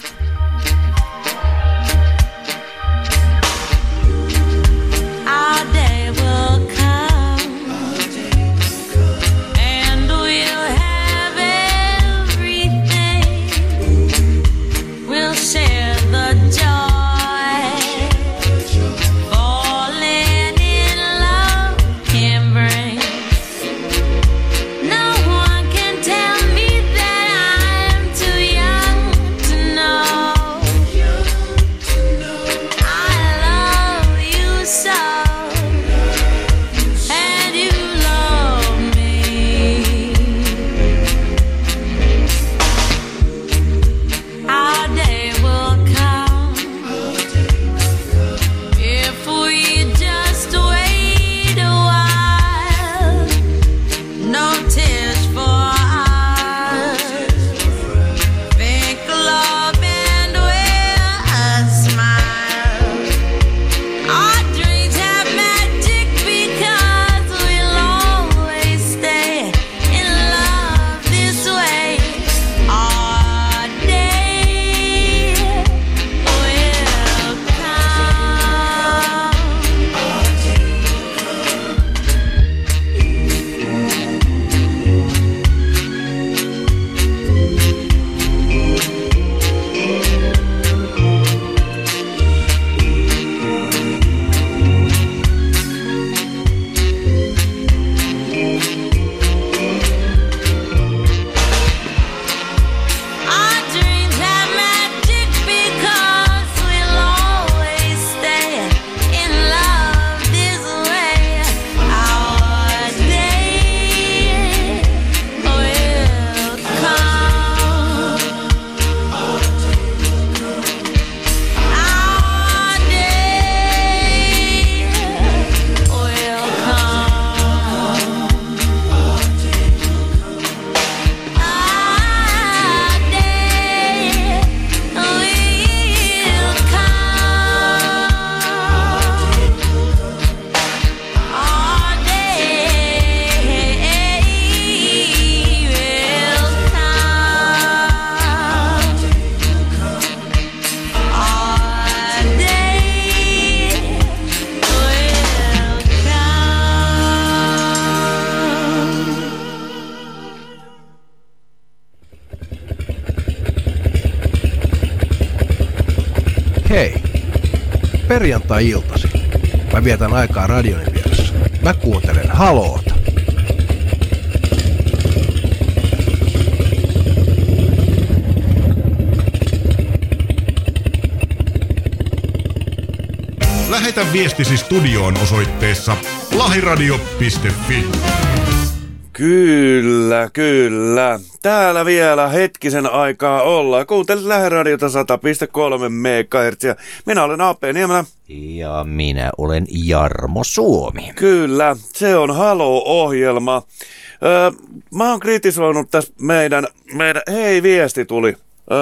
Hei, perjantai-iltasi. Mä vietän aikaa radioni vieressä. Mä kuuntelen Haloota. Lähetä viestisi studioon osoitteessa lahiradio.fi. Kyllä, kyllä. Täällä vielä hetkisen aikaa ollaan. Kuuntelet Läheradiota 100,3 MHz. Minä olen A.P. Niemelä. Ja minä olen Jarmo Suomi. Kyllä, se on Halo-ohjelma. Mä oon kritisoinut tässä meidän hei, viesti tuli.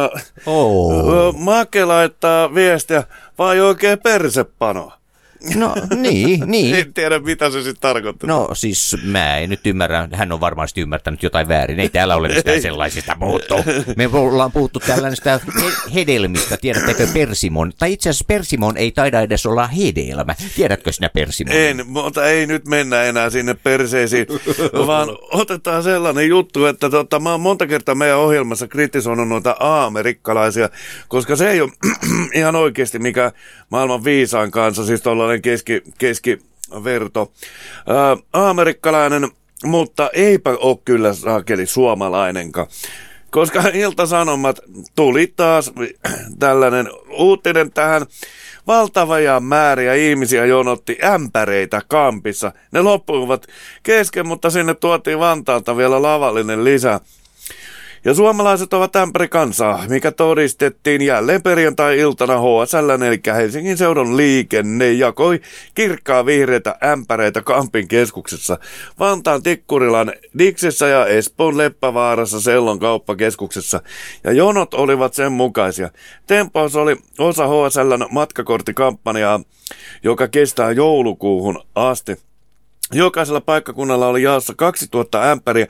Make laittaa viestiä vai oikein persepanoa? No niin. En tiedä, mitä se sitten tarkoittaa. No siis mä en nyt ymmärrä, hän on varmasti ymmärtänyt jotain väärin. Ei täällä ole mistään sellaisista puhuttu. Me ollaan puhuttu tällaisista hedelmistä, tiedättekö persimon? Tai itse asiassa persimon ei taida edes olla hedelmä. Tiedätkö sinä persimon? En, mutta ei nyt mennä enää sinne perseisiin, vaan otetaan sellainen juttu, että mä oon monta kertaa meidän ohjelmassa kritisoinut noita amerikkalaisia, koska se ei ole ihan oikeasti mikä maailman viisaan kanssa, siis tuollainen keskiverto. Amerikkalainen, mutta eipä ole kyllä saakeli suomalainenkaan. Koska Ilta-Sanomat tuli taas tällainen uutinen tähän. Valtavia määriä ihmisiä jonotti ämpäreitä kampissa. Ne loppuivat kesken, mutta sinne tuotiin Vantaalta vielä lavallinen lisä. Ja suomalaiset ovat ämpärikansaa, mikä todistettiin jälleen perjantai-iltana HSL, eli Helsingin seudun liikenne jakoi kirkkaa vihreitä ämpäreitä Kampin keskuksessa, Vantaan Tikkurilan Diksessä ja Espoon Leppävaarassa Sellon kauppakeskuksessa. Ja jonot olivat sen mukaisia. Tempaus oli osa HSL:n matkakorttikampanjaa, joka kestää joulukuuhun asti. Jokaisella paikkakunnalla oli jaossa 2000 ämpäriä,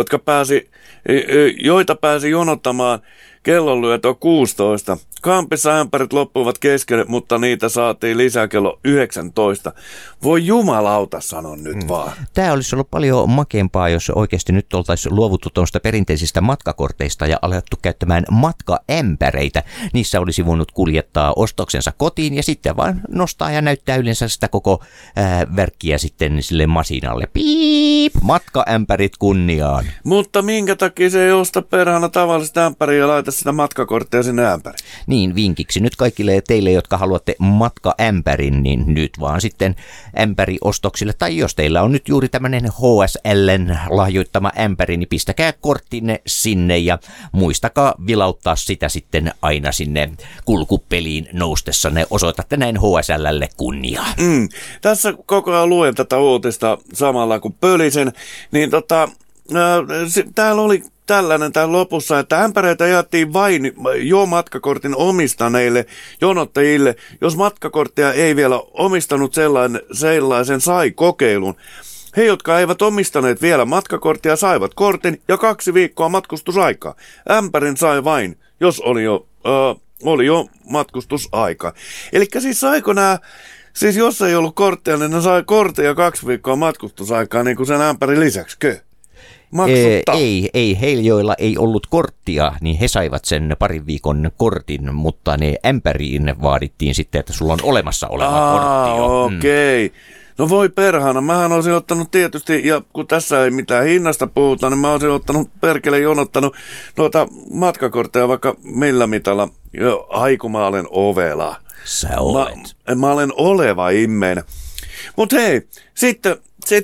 joita pääsi jonottamaan kellonlyötyä 16. Kampissa ämpärit loppuivat kesken, mutta niitä saatiin lisää kello 19. Voi jumalauta, sanon nyt vaan. Tämä olisi ollut paljon makeampaa, jos oikeasti nyt oltaisiin luovuttu tuosta perinteisistä matkakorteista ja alettu käyttämään matkaämpäreitä. Niissä olisi voinut kuljettaa ostoksensa kotiin ja sitten vaan nostaa ja näyttää yleensä sitä koko värkkiä sitten sille masinalle. Piip! Matkaämpärit kunniaan. Mutta minkä takia se ei osta perhana tavallista ämpäriä ja laita sitä matkakorttia sinne ämpäriin? Niin, vinkiksi nyt kaikille teille, jotka haluatte matkaämpärin, niin nyt vaan sitten ämpäriostoksille. Tai jos teillä on nyt juuri tämmöinen HSL:n lahjoittama ämpäri, niin pistäkää korttinne sinne ja muistakaa vilauttaa sitä sitten aina sinne kulkupeliin noustessanne. Osoitatte näin HSL:lle kunniaa. Tässä koko ajan luen tätä uutista samalla kun pölisen, niin täällä oli tällainen täällä lopussa, että ämpäreitä jaettiin vain jo matkakortin omistaneille jonottajille. Jos matkakorttia ei vielä omistanut, sellaisen sai kokeilun. He, jotka eivät omistaneet vielä matkakorttia, saivat kortin ja 2 viikkoa matkustusaikaa. Ämpärin sai vain, jos oli jo matkustusaika. Eli siis saiko nämä, siis jos ei ollut korttia, niin ne sai kortin ja 2 viikkoa matkustusaikaa niin kuin sen ämpärin lisäksikö? Ei, heillä joilla ei ollut korttia, niin he saivat sen parin viikon kortin, mutta ne ämpäriin vaadittiin sitten, että sulla on olemassa oleva kortti jo. Okei. No voi perhana, mähän olisin ottanut tietysti, ja kun tässä ei mitään hinnasta puhuta, niin mä olisin ottanut jonottanut noita matkakortteja vaikka millä mitalla. Aiku mä olen ovela. Sä olet. Mä olen oleva immeenä. Mut hei, sitten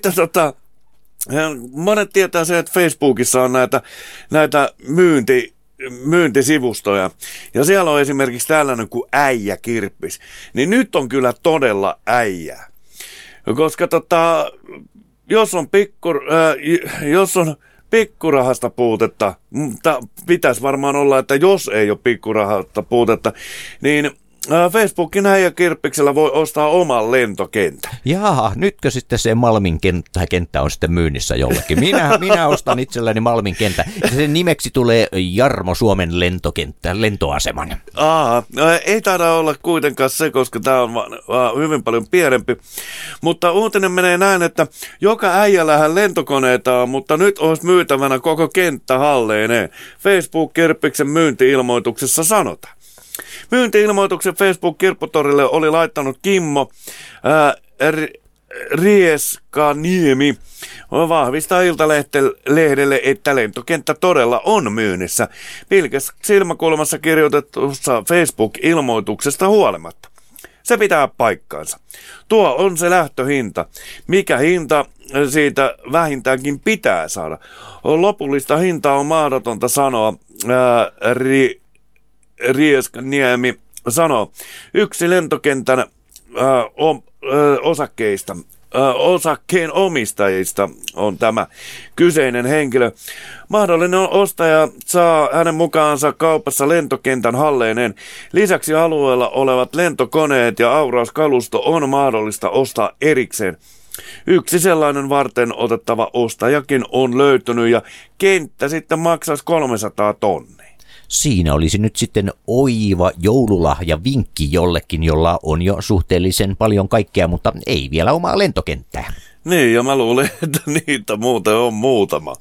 monet tietää se, että Facebookissa on näitä myyntisivustoja. Ja siellä on esimerkiksi tällainen kuin äijäkirppis. Niin nyt on kyllä todella äijää. Koska jos on pikkurahasta puutetta, pitäisi varmaan olla, että jos ei ole pikkurahasta puutetta, niin Facebookin äijäkirppiksellä voi ostaa oman lentokentän. Jaa, nytkö sitten se Malmin kenttä on sitten myynnissä jollekin? Minä ostan itselleni Malmin kenttä. Sen nimeksi tulee Jarmo Suomen lentoaseman. Ei taida olla kuitenkaan se, koska tämä on hyvin paljon pienempi. Mutta uutinen menee näin, että joka äijällähän lentokoneita on, mutta nyt olisi myytävänä koko kenttä halleineen. Facebook-kirppiksen myynti-ilmoituksessa sanotaan. Myynti-ilmoituksen Facebook-kirpputorille oli laittanut Kimmo Rieskaniemi. Vahvistaa Iltalehdelle, että lentokenttä todella on myynnissä. Pilkäs silmäkulmassa kirjoitetussa Facebook-ilmoituksesta huolimatta. Se pitää paikkaansa. Tuo on se lähtöhinta. Mikä hinta siitä vähintäänkin pitää saada? Lopullista hintaa on mahdotonta sanoa. Rieskaniemi sanoo. Yksi lentokentän osakkeen omistajista on tämä kyseinen henkilö. Mahdollinen ostaja saa hänen mukaansa kaupassa lentokentän halleineen. Lisäksi alueella olevat lentokoneet ja aurauskalusto on mahdollista ostaa erikseen. Yksi sellainen varten otettava ostajakin on löytynyt ja kenttä sitten maksaisi 300 tonnia. Siinä olisi nyt sitten oiva joululahja vinkki jollekin, jolla on jo suhteellisen paljon kaikkea, mutta ei vielä omaa lentokenttää. Niin, ja mä luulen, että niitä muuten on muutama.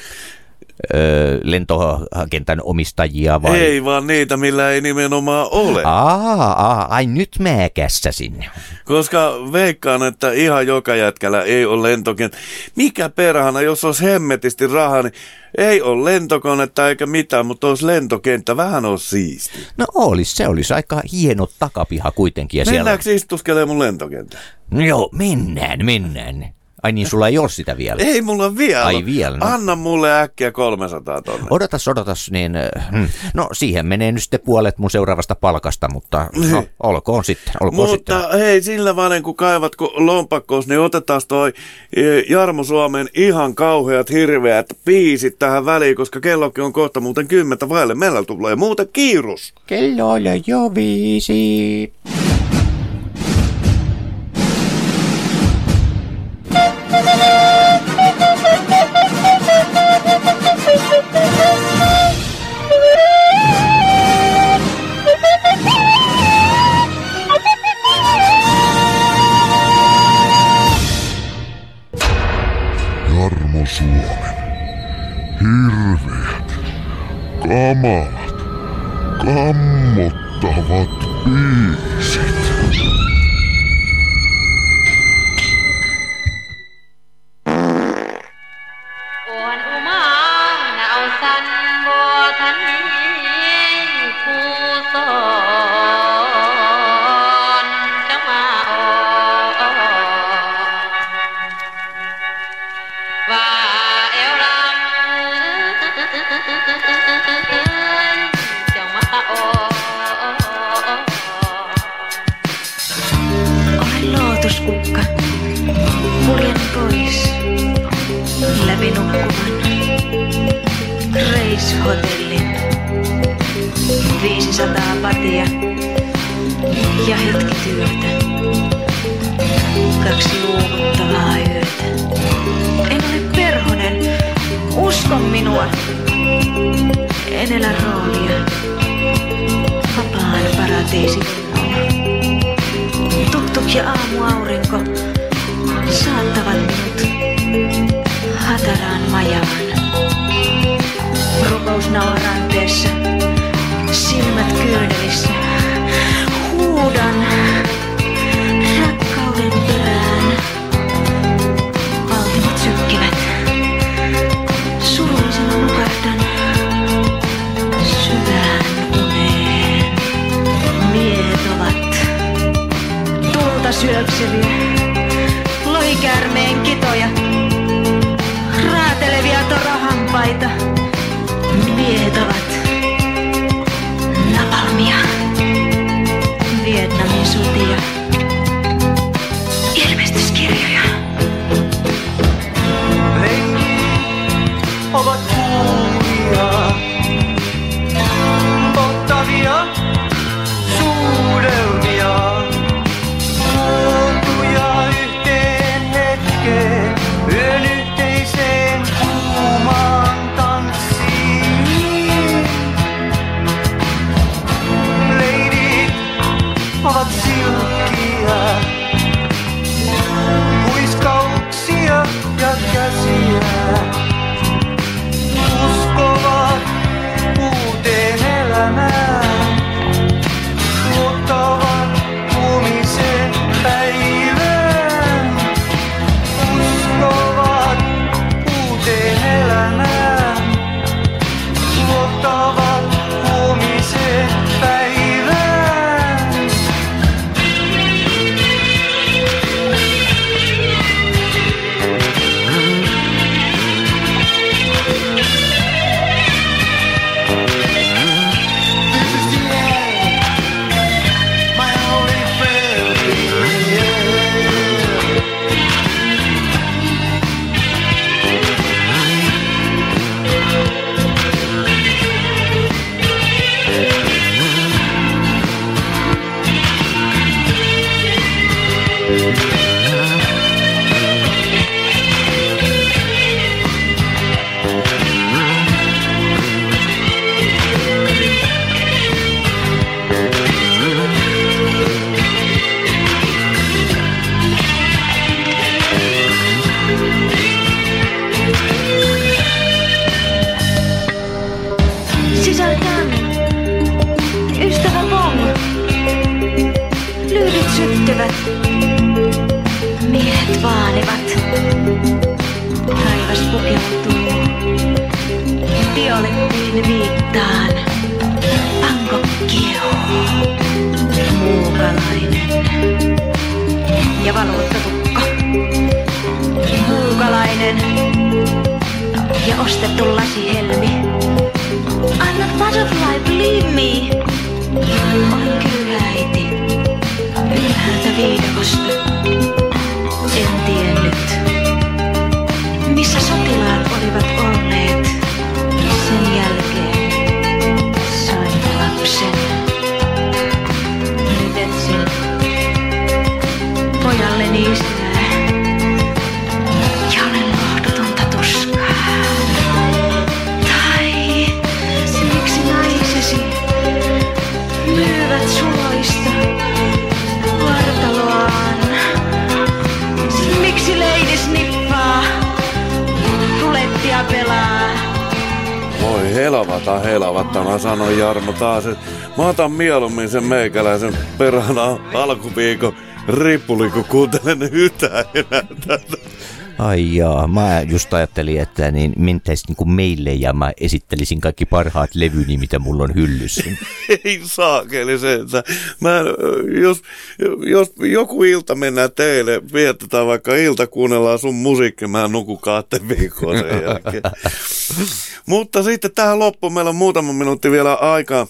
Lentokentän omistajia vai? Ei vaan niitä, millä ei nimenomaan ole. Ai nyt mä kässäsin. Koska veikkaan, että ihan joka jätkällä ei ole lentokenttä. Mikä perhana, jos olisi hemmetisti rahaa, niin ei ole lentokonetta eikä mitään, mutta olisi lentokenttä, vähän olisi siisti. No se olisi aika hieno takapiha kuitenkin. Ja mennäänkö istuskelemaan mun lentokentään? Joo, mennään. Ai niin, sulla ei ole sitä vielä? Ei mulla vielä. Ai vielä? No. Anna mulle äkkiä 300 tonnia. Odotas, niin no siihen menee nyt sitten puolet mun seuraavasta palkasta, mutta no, olkoon sitten. Mutta hei, sillä välin kun kaivat lompakkoos, niin otetaan toi Jarmo Suomen ihan kauheat hirveät biisit tähän väliin, koska kellokin on kohta muuten 10 vaille. Meillä tulee muuten kiirus. Kello on jo 5. Jarmo Suomen hirveät, kamalat, kammottavat biisit. Olen lootuskukka, kuljen pois läpi nukkuvan Grace-hotellin. 500 patia ja hetki työtä, 2 uuvuttavaa yötä. En ole perhonen, usko minua. En elä roolia, vapaan paratiisin olo. Tuk-tuk ja aamuaurinko saattavat minut hataraan majaan. Rukousnauha ranteessa, silmät kyynelissä. Huudan rakkauden perään. Valtimot sykkivät. Surullisena nukahdan syvään uneen. Miehet ovat tulta syökseviä, lohikäärmeen kitoja, raatelevia torahampaita. Miehet ovat napalmia, Vietnamin sotia, ilmestyskirjoja. Lenkit ovat kuumia, ottavia suudelmia. Luotuja yhteen hetkeen, yön yhteiseen kuumaan tanssiin. Leidit ovat silkkiä, huiskauksia ja käsiä. Uskovat uuteen elämään. pyysivät, miehet vaanivat. Taivas pukeutuu violettiin viittaan. Pankot kiehuu, muukalainen ja valuuttatukko. Muukalainen ja ostettu lasihelmi. I'm not butterfly, believe me. Olen köyhäiti ylhäältä viidakosta. En tiennyt, missä sotilaat olivat olleet. Sen jälkeen sain lapsen. Nyt etsin pojalleni isää. Ja olen lohdutonta tuskaa. Tai miksi naisesi myyvät suloista vartaloaan? Miksi leidi sniffaa rulettia pelaa? Voi helvata, mä sanoin Jarmo taas, että mä otan mieluummin sen meikäläisen perhana alkuviikon rippuli, kun kuuntelen yhtään enää tätä. Ai jaa, mä just ajattelin, että niin mentäisiin niin kuin meille ja mä esittelisin kaikki parhaat levyni, mitä mulla on hyllyssä. Ei saakeli se, että jos joku ilta mennään teille, vietetään vaikka ilta, kuunnellaan sun musiikki, mä nuku 2 viikkoa sen jälkeen. Mutta sitten tähän loppuun, meillä on muutama minuutti vielä aikaa,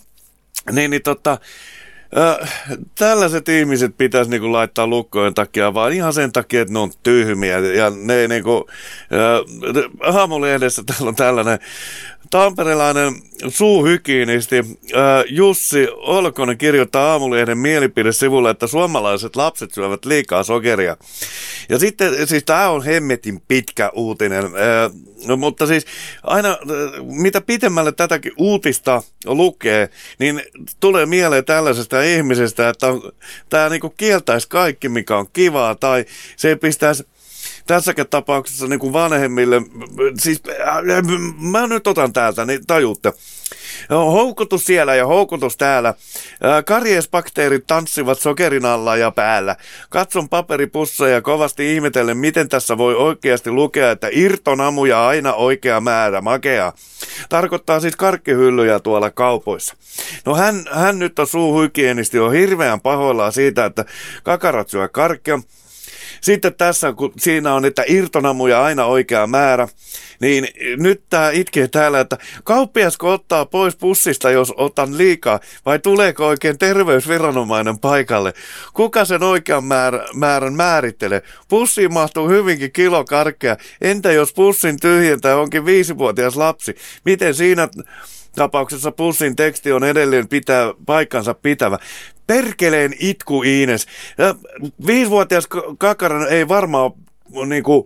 tällaiset ihmiset pitäisi niinku laittaa lukkojen takia, vaan ihan sen takia, että ne on tyhmiä. Ja ne niinku, aamulehdessä täällä on tällainen tamperelainen suuhygienisti Jussi Olkonen kirjoittaa Aamulehden mielipidesivulla, että suomalaiset lapset syövät liikaa sokeria. Ja sitten, siis tämä on hemmetin pitkä uutinen, mutta siis aina mitä pitemmälle tätäkin uutista lukee, niin tulee mieleen tällaisesta ihmisestä, että tämä niinku kieltäisi kaikki, mikä on kivaa, tai se pistäisi tässäkin tapauksessa niin kuin vanhemmille, siis mä nyt otan täältä, niin tajuutte. Houkutus siellä ja houkutus täällä. Karjeesbakteerit tanssivat sokerin alla ja päällä. Katson paperipusseja kovasti ihmetellen, miten tässä voi oikeasti lukea, että irtonamuja aina oikea määrä, makea. Tarkoittaa siis karkkihyllyjä tuolla kaupoissa. No hän nyt on suuhygienisti, on hirveän pahoillaan siitä, että kakarat syö karkkia. Sitten tässä, kun siinä on, että irtonamuja aina oikea määrä, niin nyt tää itkee täällä, että kauppiasko ottaa pois pussista, jos otan liikaa, vai tuleeko oikein terveysviranomainen paikalle? Kuka sen oikean määrän määrittelee? Pussiin mahtuu hyvinkin kilo karkkeja. Entä jos pussin tyhjentää onkin 5-vuotias lapsi? Miten siinä tapauksessa pussin teksti on edelleen pitää paikkansa pitävä? Perkeleen itku, Iines. 5-vuotias kakara ei varmaan niinku,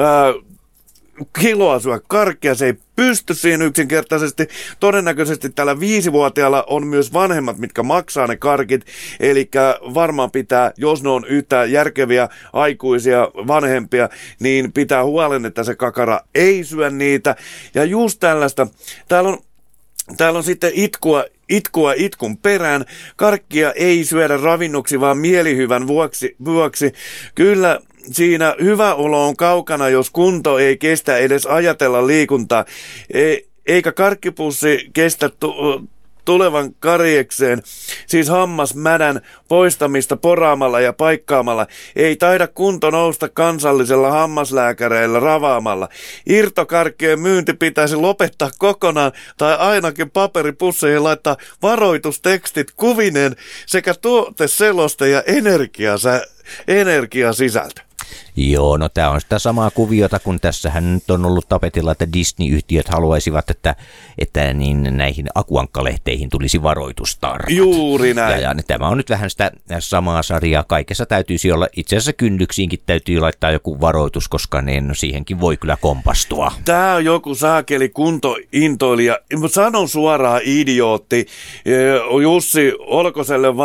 kiloa syö karkkia, se ei pysty siihen yksinkertaisesti. Todennäköisesti tällä 5-vuotiaalla on myös vanhemmat, mitkä maksaa ne karkit, eli varmaan pitää, jos ne on yhtä järkeviä aikuisia vanhempia, niin pitää huolen, että se kakara ei syö niitä. Ja just tällaista, täällä on sitten itkua itkun perään. Karkkia ei syödä ravinnoksi, vaan mielihyvän vuoksi. Kyllä siinä hyvä olo on kaukana, jos kunto ei kestä edes ajatella liikuntaa. Eikä karkkipussi kestä tulevan karjekseen, siis hammasmädän poistamista poraamalla ja paikkaamalla. Ei taida kunto nousta kansallisella hammaslääkäreillä ravaamalla. Irtokarkkien myynti pitäisi lopettaa kokonaan tai ainakin paperipusseihin laittaa varoitustekstit kuvineen sekä tuoteseloste ja energiasisältö. Joo, no tämä on sitä samaa kuviota, kun tässähän nyt on ollut tapetilla, että Disney-yhtiöt haluaisivat, että niin näihin akuankkalehteihin tulisi varoitustarrat. Juuri näin. Ja tämä on nyt vähän sitä samaa sarjaa. Kaikessa täytyisi olla, itse asiassa kynnyksiinkin täytyy laittaa joku varoitus, koska niin siihenkin voi kyllä kompastua. Tämä on joku saakeli kuntointoilija. Sanon suoraan idiootti. Jussi Olkoselle vaan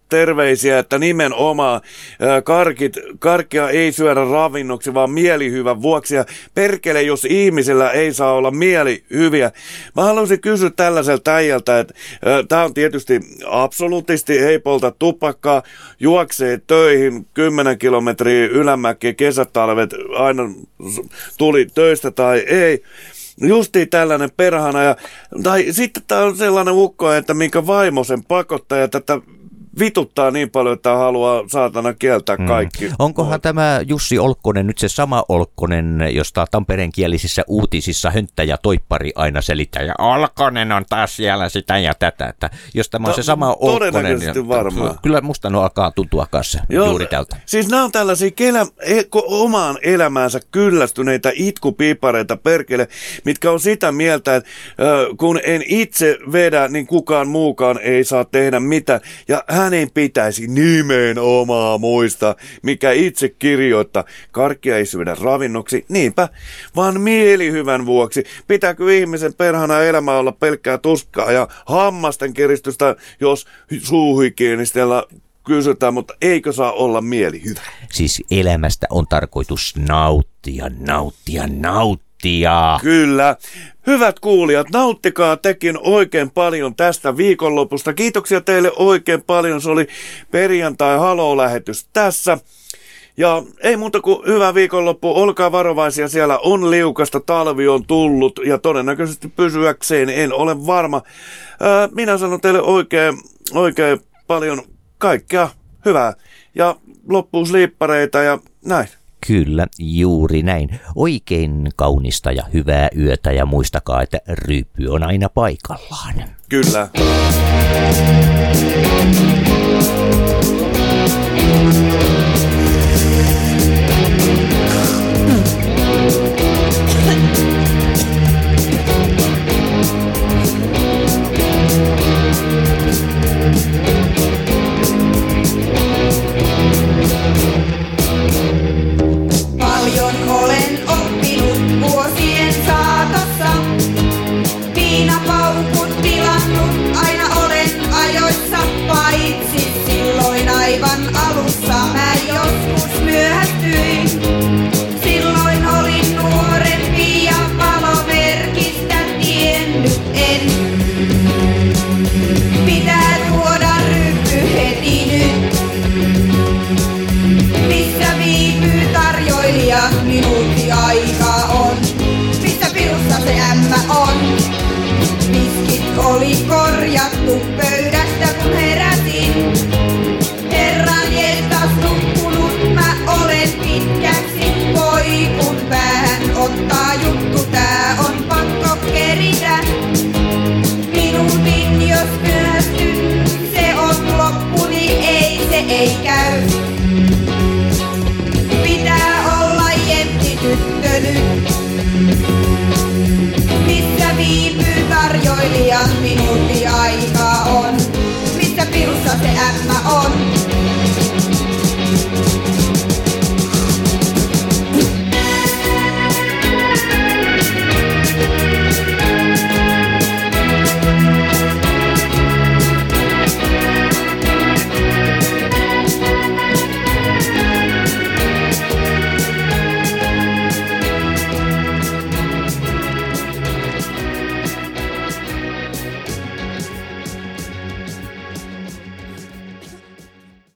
terveisiä, että nimenomaan karkkia ei syödä ravinnoksi, vaan mielihyvän vuoksi. Ja perkele, jos ihmisellä ei saa olla mielihyviä. Mä haluaisin kysyä tällaiselta äijältä, että tämä on tietysti absoluutisti, ei polta tupakkaa, juoksee töihin 10 kilometriä ylämäkiä, kesätalvet, aina tuli töistä tai ei. Justiin tällainen perhana. Tai sitten tämä on sellainen ukko, että minkä vaimo sen pakottaa ja tätä vituttaa niin paljon, että haluaa saatana kieltää kaikki. Onkohan tämä Jussi Olkkonen nyt se sama Olkkonen, josta tampereenkielisissä uutisissa hönttä ja toippari aina selittää, ja Olkkonen on taas siellä sitä ja tätä, että jos tämä on se sama Olkkonen, todennäköisesti varmaan. Kyllä musta no alkaa tuntua kanssa juuri tältä. Siis nämä on tällaisia omaan elämäänsä kyllästyneitä itkupiipareita perkele, mitkä on sitä mieltä, että kun en itse vedä, niin kukaan muukaan ei saa tehdä mitään, ja hänen pitäisi nimenomaan muistaa, mikä itse kirjoittaa. Karkkia ei syödä ravinnoksi, niinpä, vaan mielihyvän vuoksi. Pitääkö ihmisen perhana elämä olla pelkkää tuskaa ja hammasten kiristystä, jos suuhygienistellä kysytään, mutta eikö saa olla mielihyvä? Siis elämästä on tarkoitus nauttia. Kyllä. Hyvät kuulijat, nauttikaa tekin oikein paljon tästä viikonlopusta. Kiitoksia teille oikein paljon. Se oli perjantai Haloo-lähetys tässä. Ja ei muuta kuin hyvää viikonloppu. Olkaa varovaisia, siellä on liukasta, talvi on tullut ja todennäköisesti pysyäkseen en ole varma. Minä sanon teille oikein paljon kaikkea hyvää ja loppuusliippareita ja näin. Kyllä, juuri näin. Oikein kaunista ja hyvää yötä ja muistakaa, että ryyppy on aina paikallaan. Kyllä. Minuutti aikaa on, missä pirussa se ämmä on. Miskit oli korjattu pöydästä kun heräsin. Herran jestas nukkunut mä olen pitkäksi. Voi kun päähän ottaa juttu, tää on pakko keritä. Minuutin jos myöhästyn, se on loppu, niin ei käy. Pitää olla jempi tyttö nyt. Missä viipyy tarjoilija?